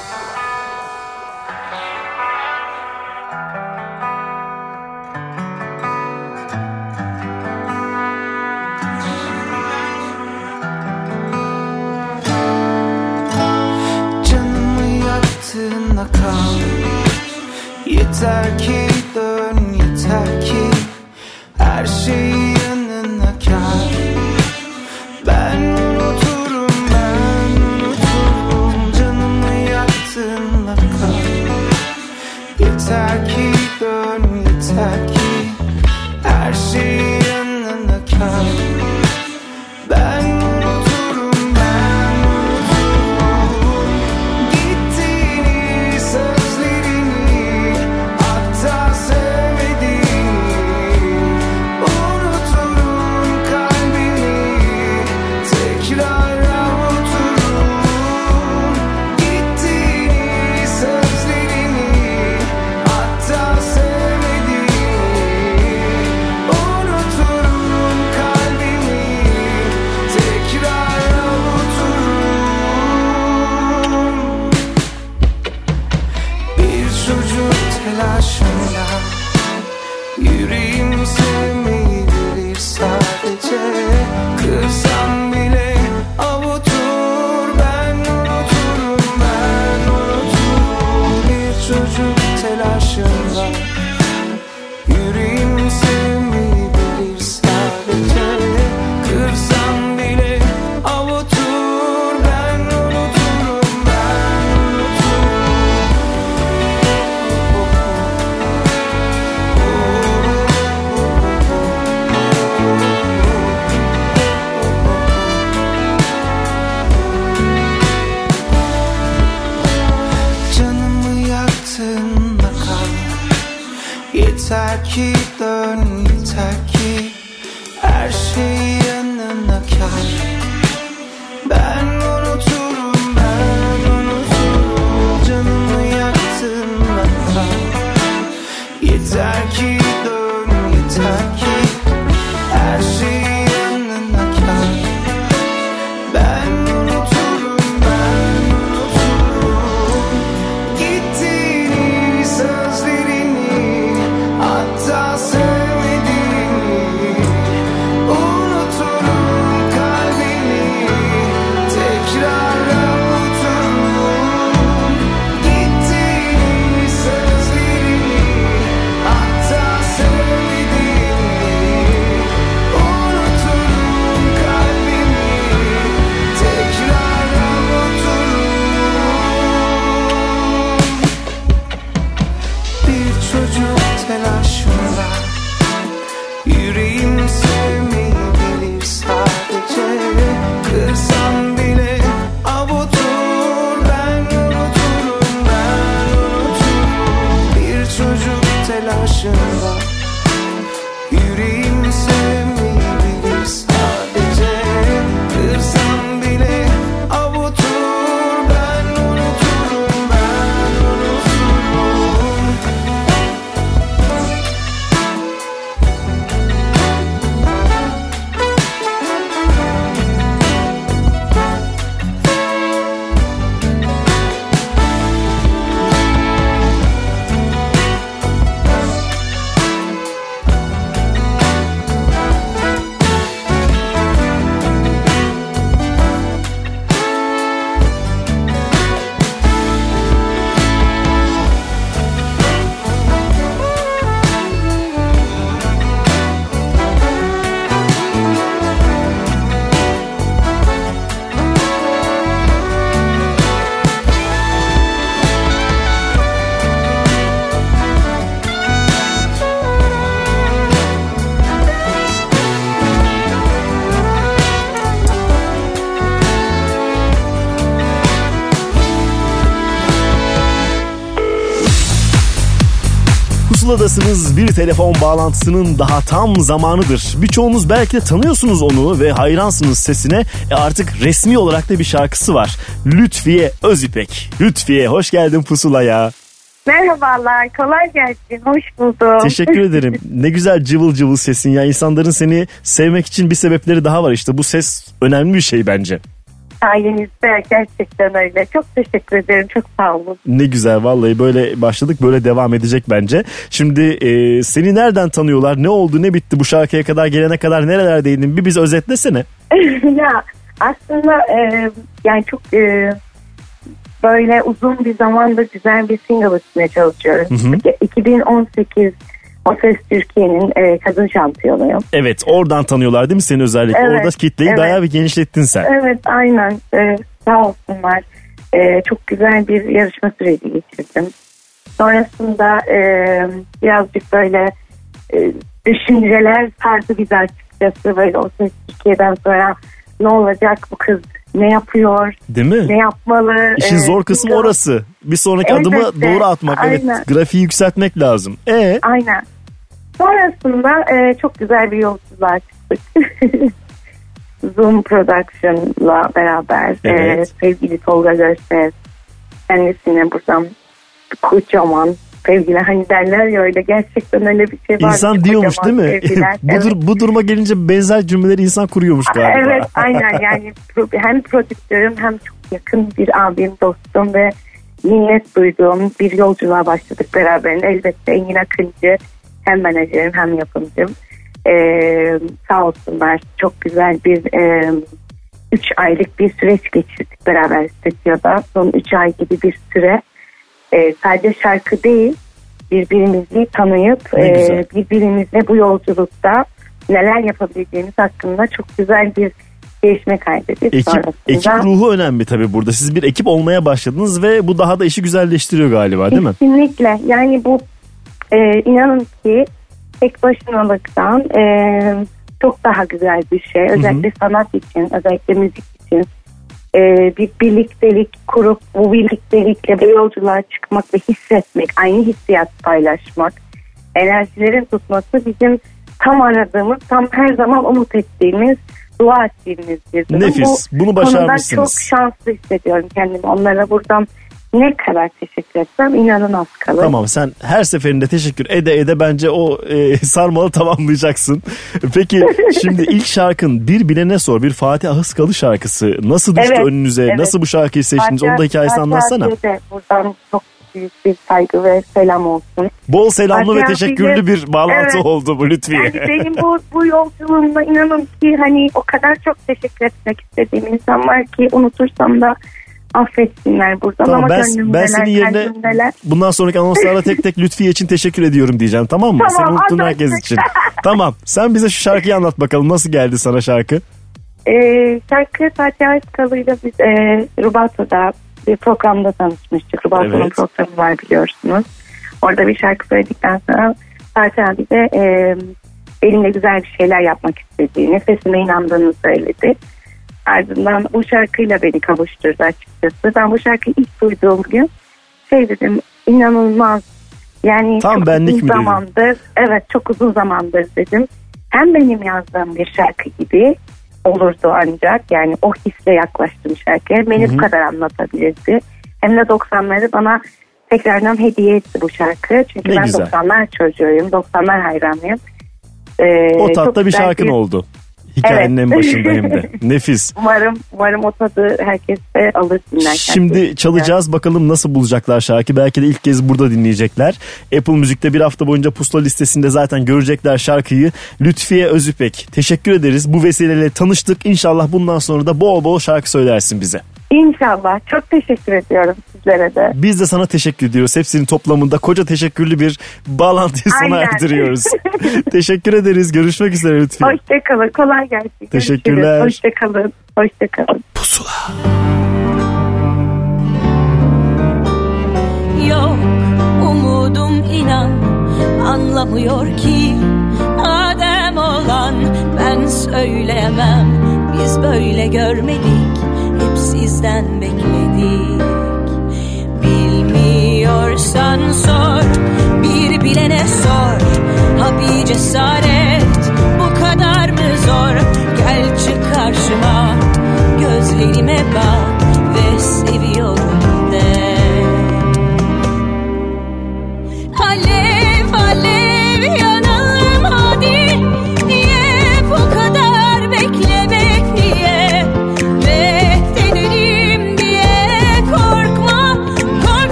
Canımı yaktığına kal. Yeter ki dön, yeter ki her şeyi yanına kal. Ben unuturum, ben unuturum. Canımı yaktığına kal. Yeter ki dön, yeter ki her şeyi yanına kal. Ben unuturum, ben unuturum. Gittiğini, sözlerini, hatta sevmediğini telaşında. Yüreğim sevmeyi bilir sadece. Kırsam bile avutur, ben unuturum, ben unuturum. Bir çocuk telaşında. Yüreğim sevmeyi bilir sadece. Kırsam bile avutur, ben unuturum, ben unuturum. Canımı yaktığında kal. Yeter ki dön, yeter ki her şey yanına kal. Ben unuturum, ben unuturum. Canımı yaktığında kal. Yeter ki dön, yeter ki her şey yanına kal. Ben unuturum, ben unuturum. Gittiğini, sözlerini, hatta sevmediğini. Unuturum kalbini, tekrar avuturum. Gittiğini, sözlerini, hatta sevmediğini. Unuturum kalbini, tekrar avuturum. Bir çocuk telaşında. Yüreğim sevmeyi bilir sadece. Kırsam bile avutur, ben unuturum, ben unuturum. Bir çocuk telaşında. Yüreğim sevmeyi bilir sadece. Kırsam bile avutur, ben unuturum, ben unuturum. Pusuladasınız, bir telefon bağlantısının daha tam zamanıdır. Birçoğunuz belki de tanıyorsunuz onu ve hayransınız sesine. E artık resmi olarak da bir şarkısı var. Lütfiye Özipek. Lütfiye, hoş geldin Pusula'ya. Merhabalar, kolay gelsin, hoş buldum. Teşekkür ederim. Ne güzel cıvıl cıvıl sesin ya. İnsanların seni sevmek için bir sebepleri daha var işte. Bu ses önemli bir şey bence. Sayenizde gerçekten öyle. Çok teşekkür ederim, çok sağ olun. Ne güzel, vallahi böyle başladık, böyle devam edecek bence. Şimdi e, seni nereden tanıyorlar? Ne oldu, ne bitti bu şarkıya kadar gelene kadar nerelerdeydin? Bir bize özetlesene. Ya aslında e, yani çok e, böyle uzun bir zamanda güzel bir single üstüne çalışıyoruz. Hı hı. iki bin on sekiz O Ses Türkiye'nin e, kadın şampiyonuyum. Evet, oradan tanıyorlar değil mi seni özellikle? Evet, orada kitleyi evet. Bayağı bir genişlettin sen. Evet, aynen. Ee, sağ olsunlar. Ee, çok güzel bir yarışma süreci geçirdim. Sonrasında e, birazcık böyle e, düşünceler sardı bizi açıkçası. Böyle O Ses Türkiye'den sonra ne olacak bu kız? Ne yapıyor? Değil mi? Ne yapmalı? İşin ee, zor kısmı yok. Orası. Bir sonraki evet, adımı doğru atmak. Aynen. Evet, grafiği yükseltmek lazım. Ee? Aynen. Sonrasında e, çok güzel bir yolculuğa çıktık. Zoom Production'la beraber evet. e, sevgili Tolga Göster kendisine buradan kocaman sevgiler, hani derler ya, öyle gerçekten öyle bir şey var. İnsan diyormuş değil mi? bu, evet. dur, bu duruma gelince benzer cümleleri insan kuruyormuş galiba. Evet aynen, yani hem prodüktörüm hem çok yakın bir abim, dostum ve minnet duyduğum bir yolculuğa başladık beraber. Elbette Engin Akıncı hem menajerim hem yapımcım. Ee, sağ olsunlar, çok güzel bir e, üç aylık bir süreç geçirdik beraber stüdyoda. Son üç ay gibi bir süre e, sadece şarkı değil, birbirimizi tanıyıp e, birbirimizle bu yolculukta neler yapabileceğimiz hakkında çok güzel bir gelişme kaydettik. Ekip, Sonrasında... ekip ruhu önemli tabii burada. Siz bir ekip olmaya başladınız ve bu daha da işi güzelleştiriyor galiba, değil mi? Kesinlikle. Yani bu e, inanın ki tek başınalıktan e, çok daha güzel bir şey. Özellikle Hı-hı. sanat için, özellikle müzik için e, bir birliktelik kurup bu birliktelikle bu yolculuğa çıkmak ve hissetmek, aynı hissiyat paylaşmak, enerjilerin tutması bizim tam aradığımız, tam her zaman umut ettiğimiz, dua ettiğimizdir. Nefis. Bu Bunu başarmışsınız. konuda çok şanslı hissediyorum kendimi. Onlara buradan ne kadar teşekkür etsem inanın az kalır. Tamam, sen her seferinde teşekkür ede ede bence o e, sarmalı tamamlayacaksın. Peki şimdi ilk şarkın Bir Bilene Sor, bir Fatih Ahıskalı şarkısı. Nasıl düştü evet, önünüze? Evet. Nasıl bu şarkıyı seçtiniz? Fatih, Onun da hikayesini Fatih anlatsana. De buradan çok büyük bir saygı ve selam olsun. Bol selamlı Fatih ve teşekkürlü bir bağlantı evet. oldu bu Lütfiye. Yani benim bu, bu yolculuğumda inanın ki hani o kadar çok teşekkür etmek istediğim insan var ki unutursam da affetsinler buradan. Tamam, ama ben, ben senin yerine kendimdeler. Bundan sonraki anonslarla tek tek Lütfiye için teşekkür ediyorum diyeceğim, tamam mı? Tamam, sen unuttun herkes için. Tamam, sen bize şu şarkıyı anlat bakalım, nasıl geldi sana şarkı? Ee, şarkı Fatih Ahıskalı'yla biz e, Rubato'da bir programda tanışmıştık. Rubato'nun evet. programı var biliyorsunuz. Orada bir şarkı söyledikten sonra Fatih abi de e, benimle güzel bir şeyler yapmak istediğini, sesime inandığını söyledi. Ardından bu şarkıyla beni kavuşturdu açıkçası. Ben bu şarkıyı ilk duyduğum gün şey dedim, inanılmaz. Yani tam çok benlik uzun mi zamandır, dedim? Evet, çok uzun zamandır dedim. Hem benim yazdığım bir şarkı gibi olurdu ancak. Yani o hisle yaklaştım şarkıya. Beni bu kadar anlatabilirdi. Hem de doksanları bana tekrardan hediye etti bu şarkı. Çünkü ne ben güzel. doksanlar çocuğuyum. doksanlar hayranıyım. Ee, o tatta bir şarkın bir... oldu. Hikayenin evet. en başında hem de. Nefis. Umarım umarım o tadı herkes de alır dinlerken. Şimdi çalacağız, bakalım nasıl bulacaklar şarkı. Belki de ilk kez burada dinleyecekler. Apple Müzik'te bir hafta boyunca pusula listesinde zaten görecekler şarkıyı. Lütfiye Özüpek. Teşekkür ederiz. Bu vesileyle tanıştık. İnşallah bundan sonra da bol bol şarkı söylersin bize. İnşallah. Çok teşekkür ediyorum sizlere de. Biz de sana teşekkür ediyoruz. Hepsinin toplamında koca teşekkürlü bir bağlantıyı sona erdiriyoruz. Teşekkür ederiz. Görüşmek üzere Lütfiye. Hoşçakalın. Kolay gelsin. Teşekkürler. Hoşçakalın. Hoşçakalın. Pusula. Yok umudum inan anlamıyor ki Adem olan ben söyleyemem. Biz böyle görmedik. Hep sizden bekledik. Bilmiyorsan sor, bir bilene sor. Ha bir cesaret, bu kadar mı zor? Gel çık karşıma, gözlerime bak ve seviyorum de. Alev alev yanalım hadi. Niye bu kadar beklemek niye?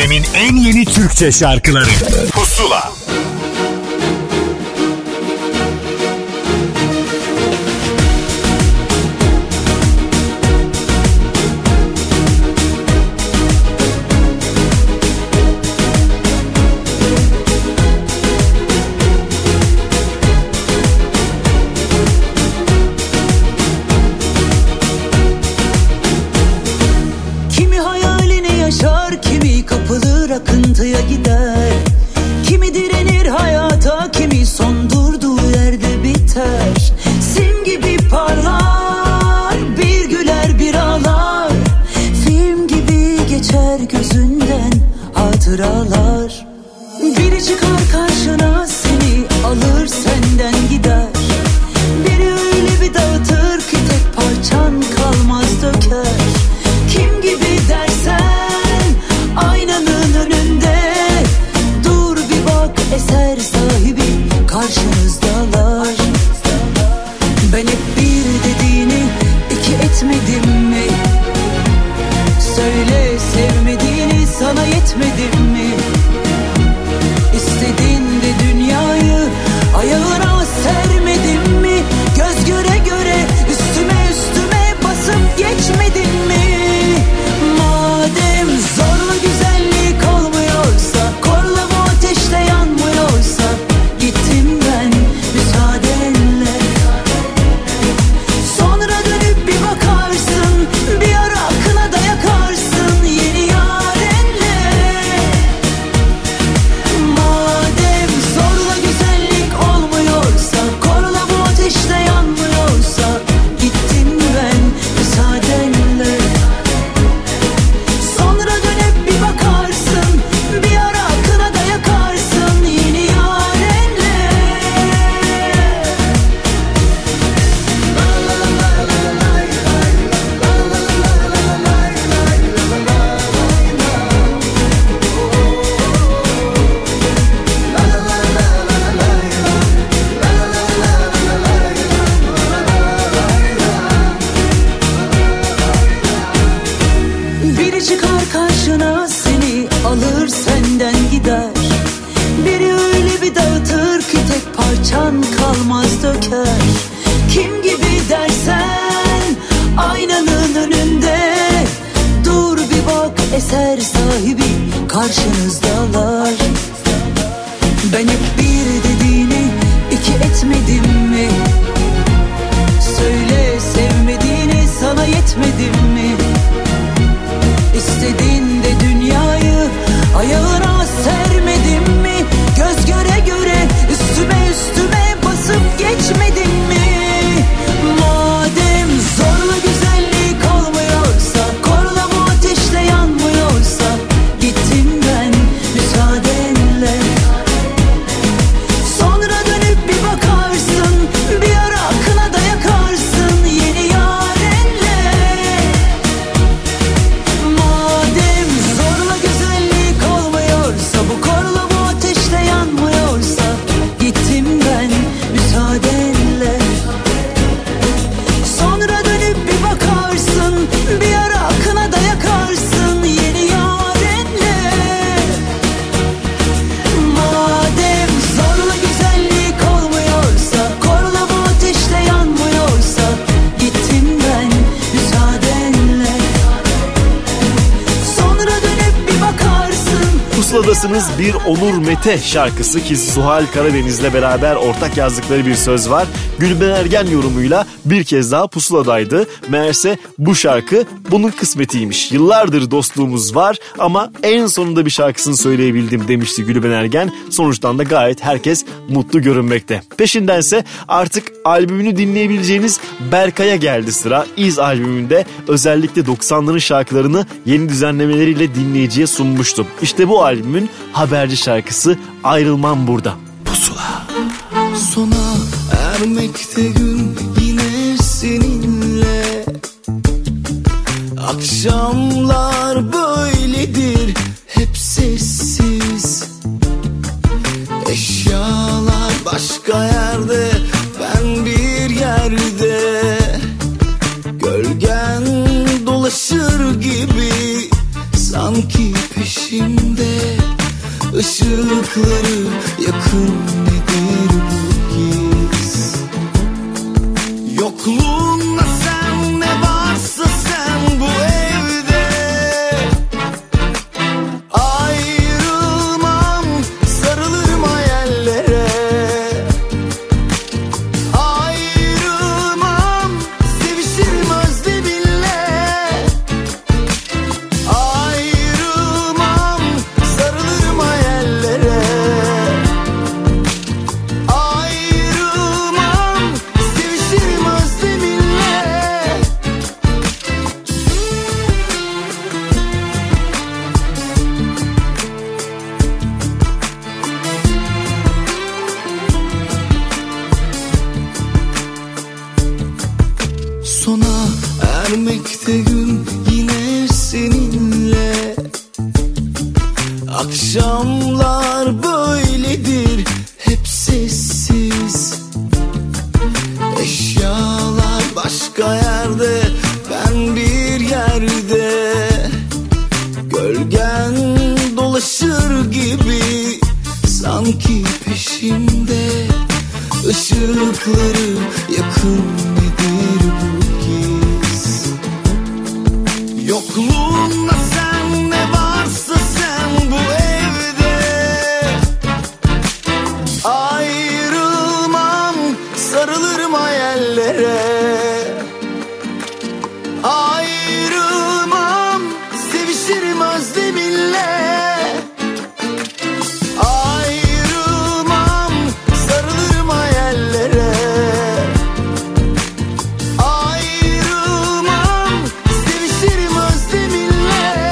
dönemin en yeni Türkçe şarkıları Pusula. Akıntıya gider. Kimi direnir hayata, kimi son durduğu yerde biter. Sim gibi parlar, bir güler bir ağlar. Film gibi geçer gözünden hatıralar. Biri çıkar karşına, seni alır senden gider. Biri öyle bir dağıtır ki tek parçan kalmaz döker. Kim gibi dersen aynanın önünde dur bir bak, eser sahibi karşınızdalar. Ben hep bir dediğini iki etmedim mi? Söyle, sevmediğini sana yetmedim mi? İstedin de dünyayı ayağına sermedim mi? Göz göre göre üstüme üstüme basıp geçmedin mi? Madem zorla güzellik olmuyorsa, korla bu ateşte yanmıyorsa, gittim ben müsaadenle. Sonra dönüp bir bakarsın, bir ara akına da yakarsın yeni yarenle. Madem zorla güzellik olmuyorsa, korla bu ateşte yanmıyorsa, gittim ben müsaadenle. Sonra dönüp bir bakarsın, bir ara akına da yakarsın yeni yarenle. Biri çıkar karşına, seni alır senden gider. Biri öyle bir dağıtır ki tek parçan kalmaz döker. Kim gibi dersen aynanın önünde dur bir bak, eser sahibi karşınızdalar. Ben hep bir dediğini iki etmedim mi? Söyle, sevmediğini sana yetmedim mi? İstedin de dünyayı ayağına sermedim mi? Göz göre göre üstüme üstüme basıp geçmedin mi? Madem zorla güzellik olmuyorsa, korla bu ateşte yanmıyorsa, gittim ben müsaadenle. Sonra dönüp bir bakarsın, bir ara akına da yakarsın yeni yarenle. Madem zorla güzellik olmuyorsa, bu korla bu ateşte yanmıyorsa, gittim ben müsaadenle. Sonra dönüp bir bakarsın, bir ara akına da yakarsın yeni yarenle. Madem zorla güzellik olmuyorsa, korla bu ateşte yanmıyorsa, gittim ben müsaadenle. Sonra dönüp bir bakarsın. Pusuladasınız, bir Onur Mete şarkısı ki Zuhal Karadeniz'le beraber ortak yazdıkları bir söz var. Gülben Ergen yorumuyla bir kez daha pusuladaydı. Meğerse bu şarkı bunun kısmetiymiş. Yıllardır dostluğumuz var ama en sonunda bir şarkısını söyleyebildim demişti Gülben Ergen. Sonuçtan da gayet herkes mutlu görünmekte. Peşindense artık albümünü dinleyebileceğiniz Berkay'a geldi sıra. İz albümünde özellikle doksanların şarkılarını yeni düzenlemeleriyle dinleyiciye sunmuştum. İşte bu albümün haberci şarkısı Ayrılmam burada. Pusula. Sona ermekte gün yine seninle. Akşamlar böyledir, hep sessiz. Eşyalar başka yerde, ben bir yerde. Gölgen dolaşır gibi sanki peşimde. ışıkları yakın nedir bu giz? Yokluğunla sen, ne varsa sen bu evde. Ayrılmam, sarılırım hayallere. Ayrılmam, sevişirim özleminle. Ayrılmam, sarılırım hayallere. Ayrılmam, sevişirim özleminle. Sona ermekte gün yine seninle. Akşamlar böyledir, hep sessiz. Eşyalar başka yerde, ben bir yerde. Gölgen dolaşır gibi, sanki peşimde. Işıkları yakın nedir bu giz? Yokluğunla sen, ne varsa sen bu evde. Ayrılmam, sarılırım hayallere. Ayrılmam, sevişirim özleminle. Ayrılmam, sarılırım hayallere. Ayrılmam, sevişirim özleminle.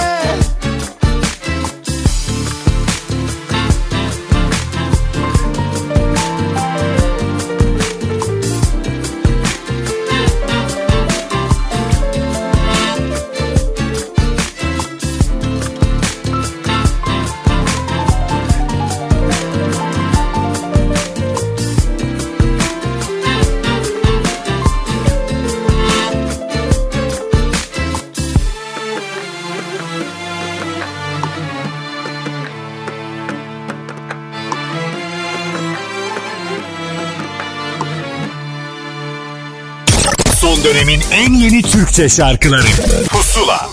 Son dönemin en yeni Türkçe şarkıları Pusula.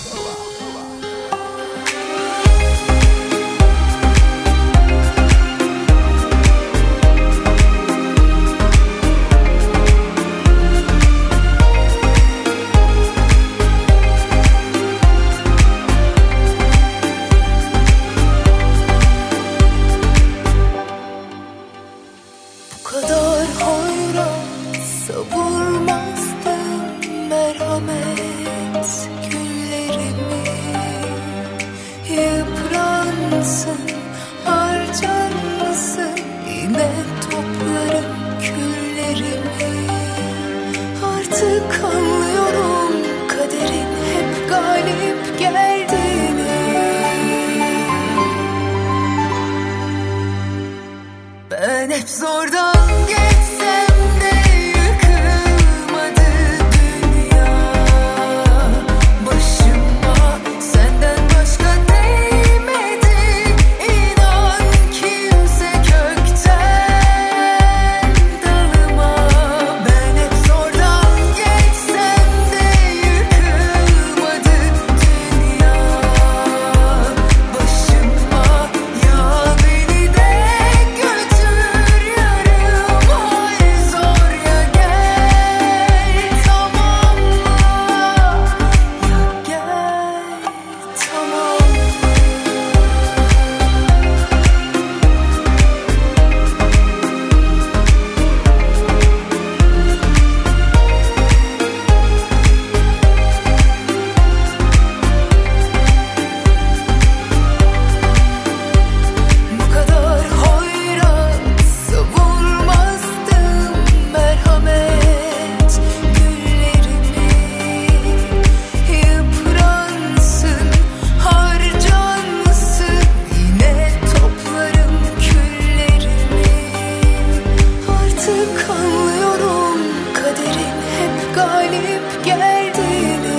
Bu kadar hayran savurmazdım merhamet güllerimi. Yıpransın, harcansın, yine toplarım küllerimi. Artık anlıyorum kaderin hep galip geldiğini. Ben hep zordan geçsem de yıkılmadı dünya. Başıma senden başka değmedi. İnan kimse kökten dalıma. Ben hep zordan geçsem de yıkılmadı dünya. Başıma ya beni de götür yarım ay zor ya gel tamamla ya gel tamam. Bu kadar hayran savurmazdım merhamet güllerimi. Yıpransın, harcansın, yine toplarım küllerimi. Artık anlıyorum kaderin hep galip geldiğini.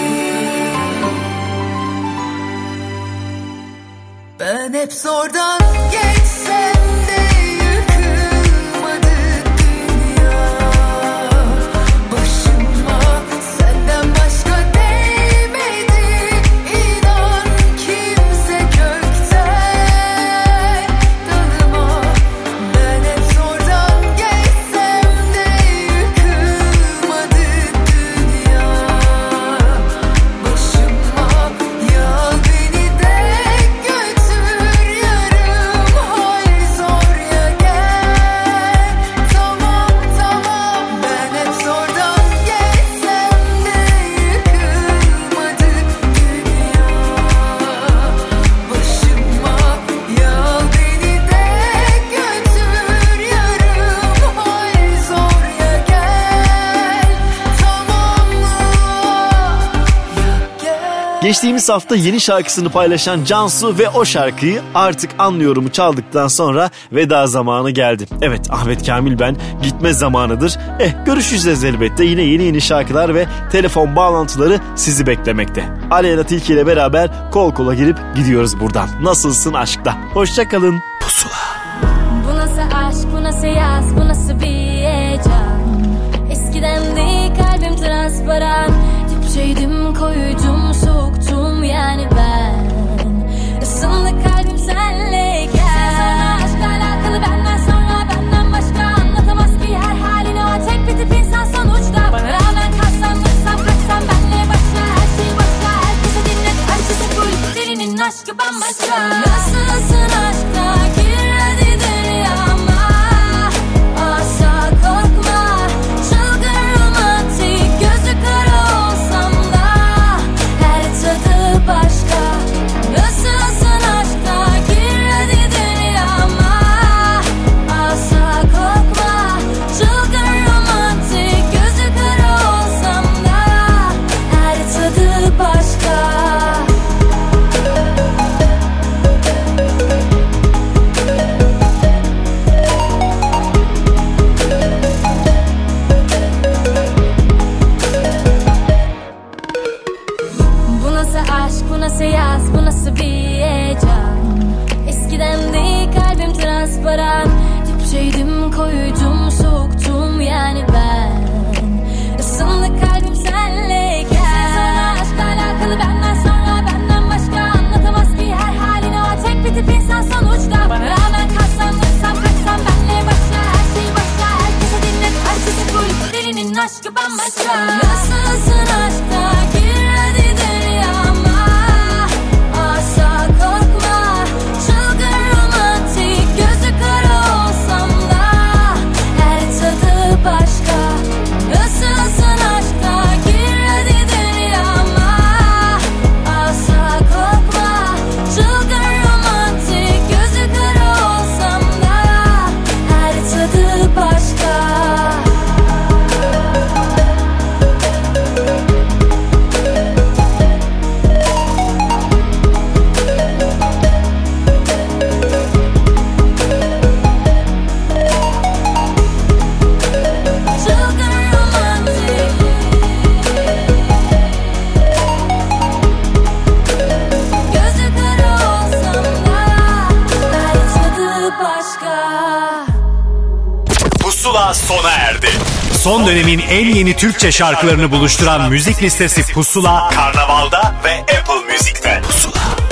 Ben hep zordan Geçtiğimiz hafta yeni şarkısını paylaşan Cansu ve o şarkıyı Artık Anlıyorum'u çaldıktan sonra veda zamanı geldi. Evet, Ahmet Kamil ben, gitme zamanıdır. Eh, görüşeceğiz elbette. Yine yeni yeni şarkılar ve telefon bağlantıları sizi beklemekte. Aleyna Tilki ile beraber kol kola girip gidiyoruz buradan. Nasılsın aşkta? Hoşçakalın. Pusula. Bu nasıl aşk, bu nasıl yaz, bu nasıl bir heyecan. Eskiden de kalbim transparan, dipçeydim, koyucum, soğuktum yani ben. Isındı kalbim senleyken. Sen sana aşkla alakalı benden sonra benden başka anlatamaz ki her halini o tek bir tip insan sonuçta. Bana rağmen kalsam dursam kaçsam benle başla, her şey başka. Herkese dinlet, herkese full, derinin aşkı bambaşka. Nasılsın aşkta, gir hadi dünyama. Asla korkma, çılgın romantik, gözü kara olsam da her tadı başka. Nasılsın aşkta, gir hadi dünyama. Asla korkma, çılgın romantik, gözü kara olsam da her tadı başka. Bu nasıl aşk, bu nasıl yaz, bu nasıl bir heyecan. Eskiden de kalbim transparan, dipçeydim, koyucum, soğuktum yani ben. Isındı kalbim senleyken. Sen sana aşkla alakalı benden sonra benden başka anlatamaz ki her halini o tek bir tip insan sonuçta. Bana rağmen kalsam dursam kaçsam benle başla, her şey başka. Herkese dinlet, herkese full, derinin aşkı bambaşka. Nasılsın aşkta, gir hadi dünyama. Asla korkma, çılgın romantik, gözü kara olsam da her tadı başka. Nasılsın aşkta, gir hadi dünyama. Asla korkma, çılgın romantik, gözü kara olsam da her tadı başka. Çılgın romantik, gözü kara olsam da her tadı başka. Pusula sona erdi. Son dönemin en yeni Türkçe şarkılarını buluşturan müzik listesi Pusula, Karnaval'da ve Apple Music'te. Pusula.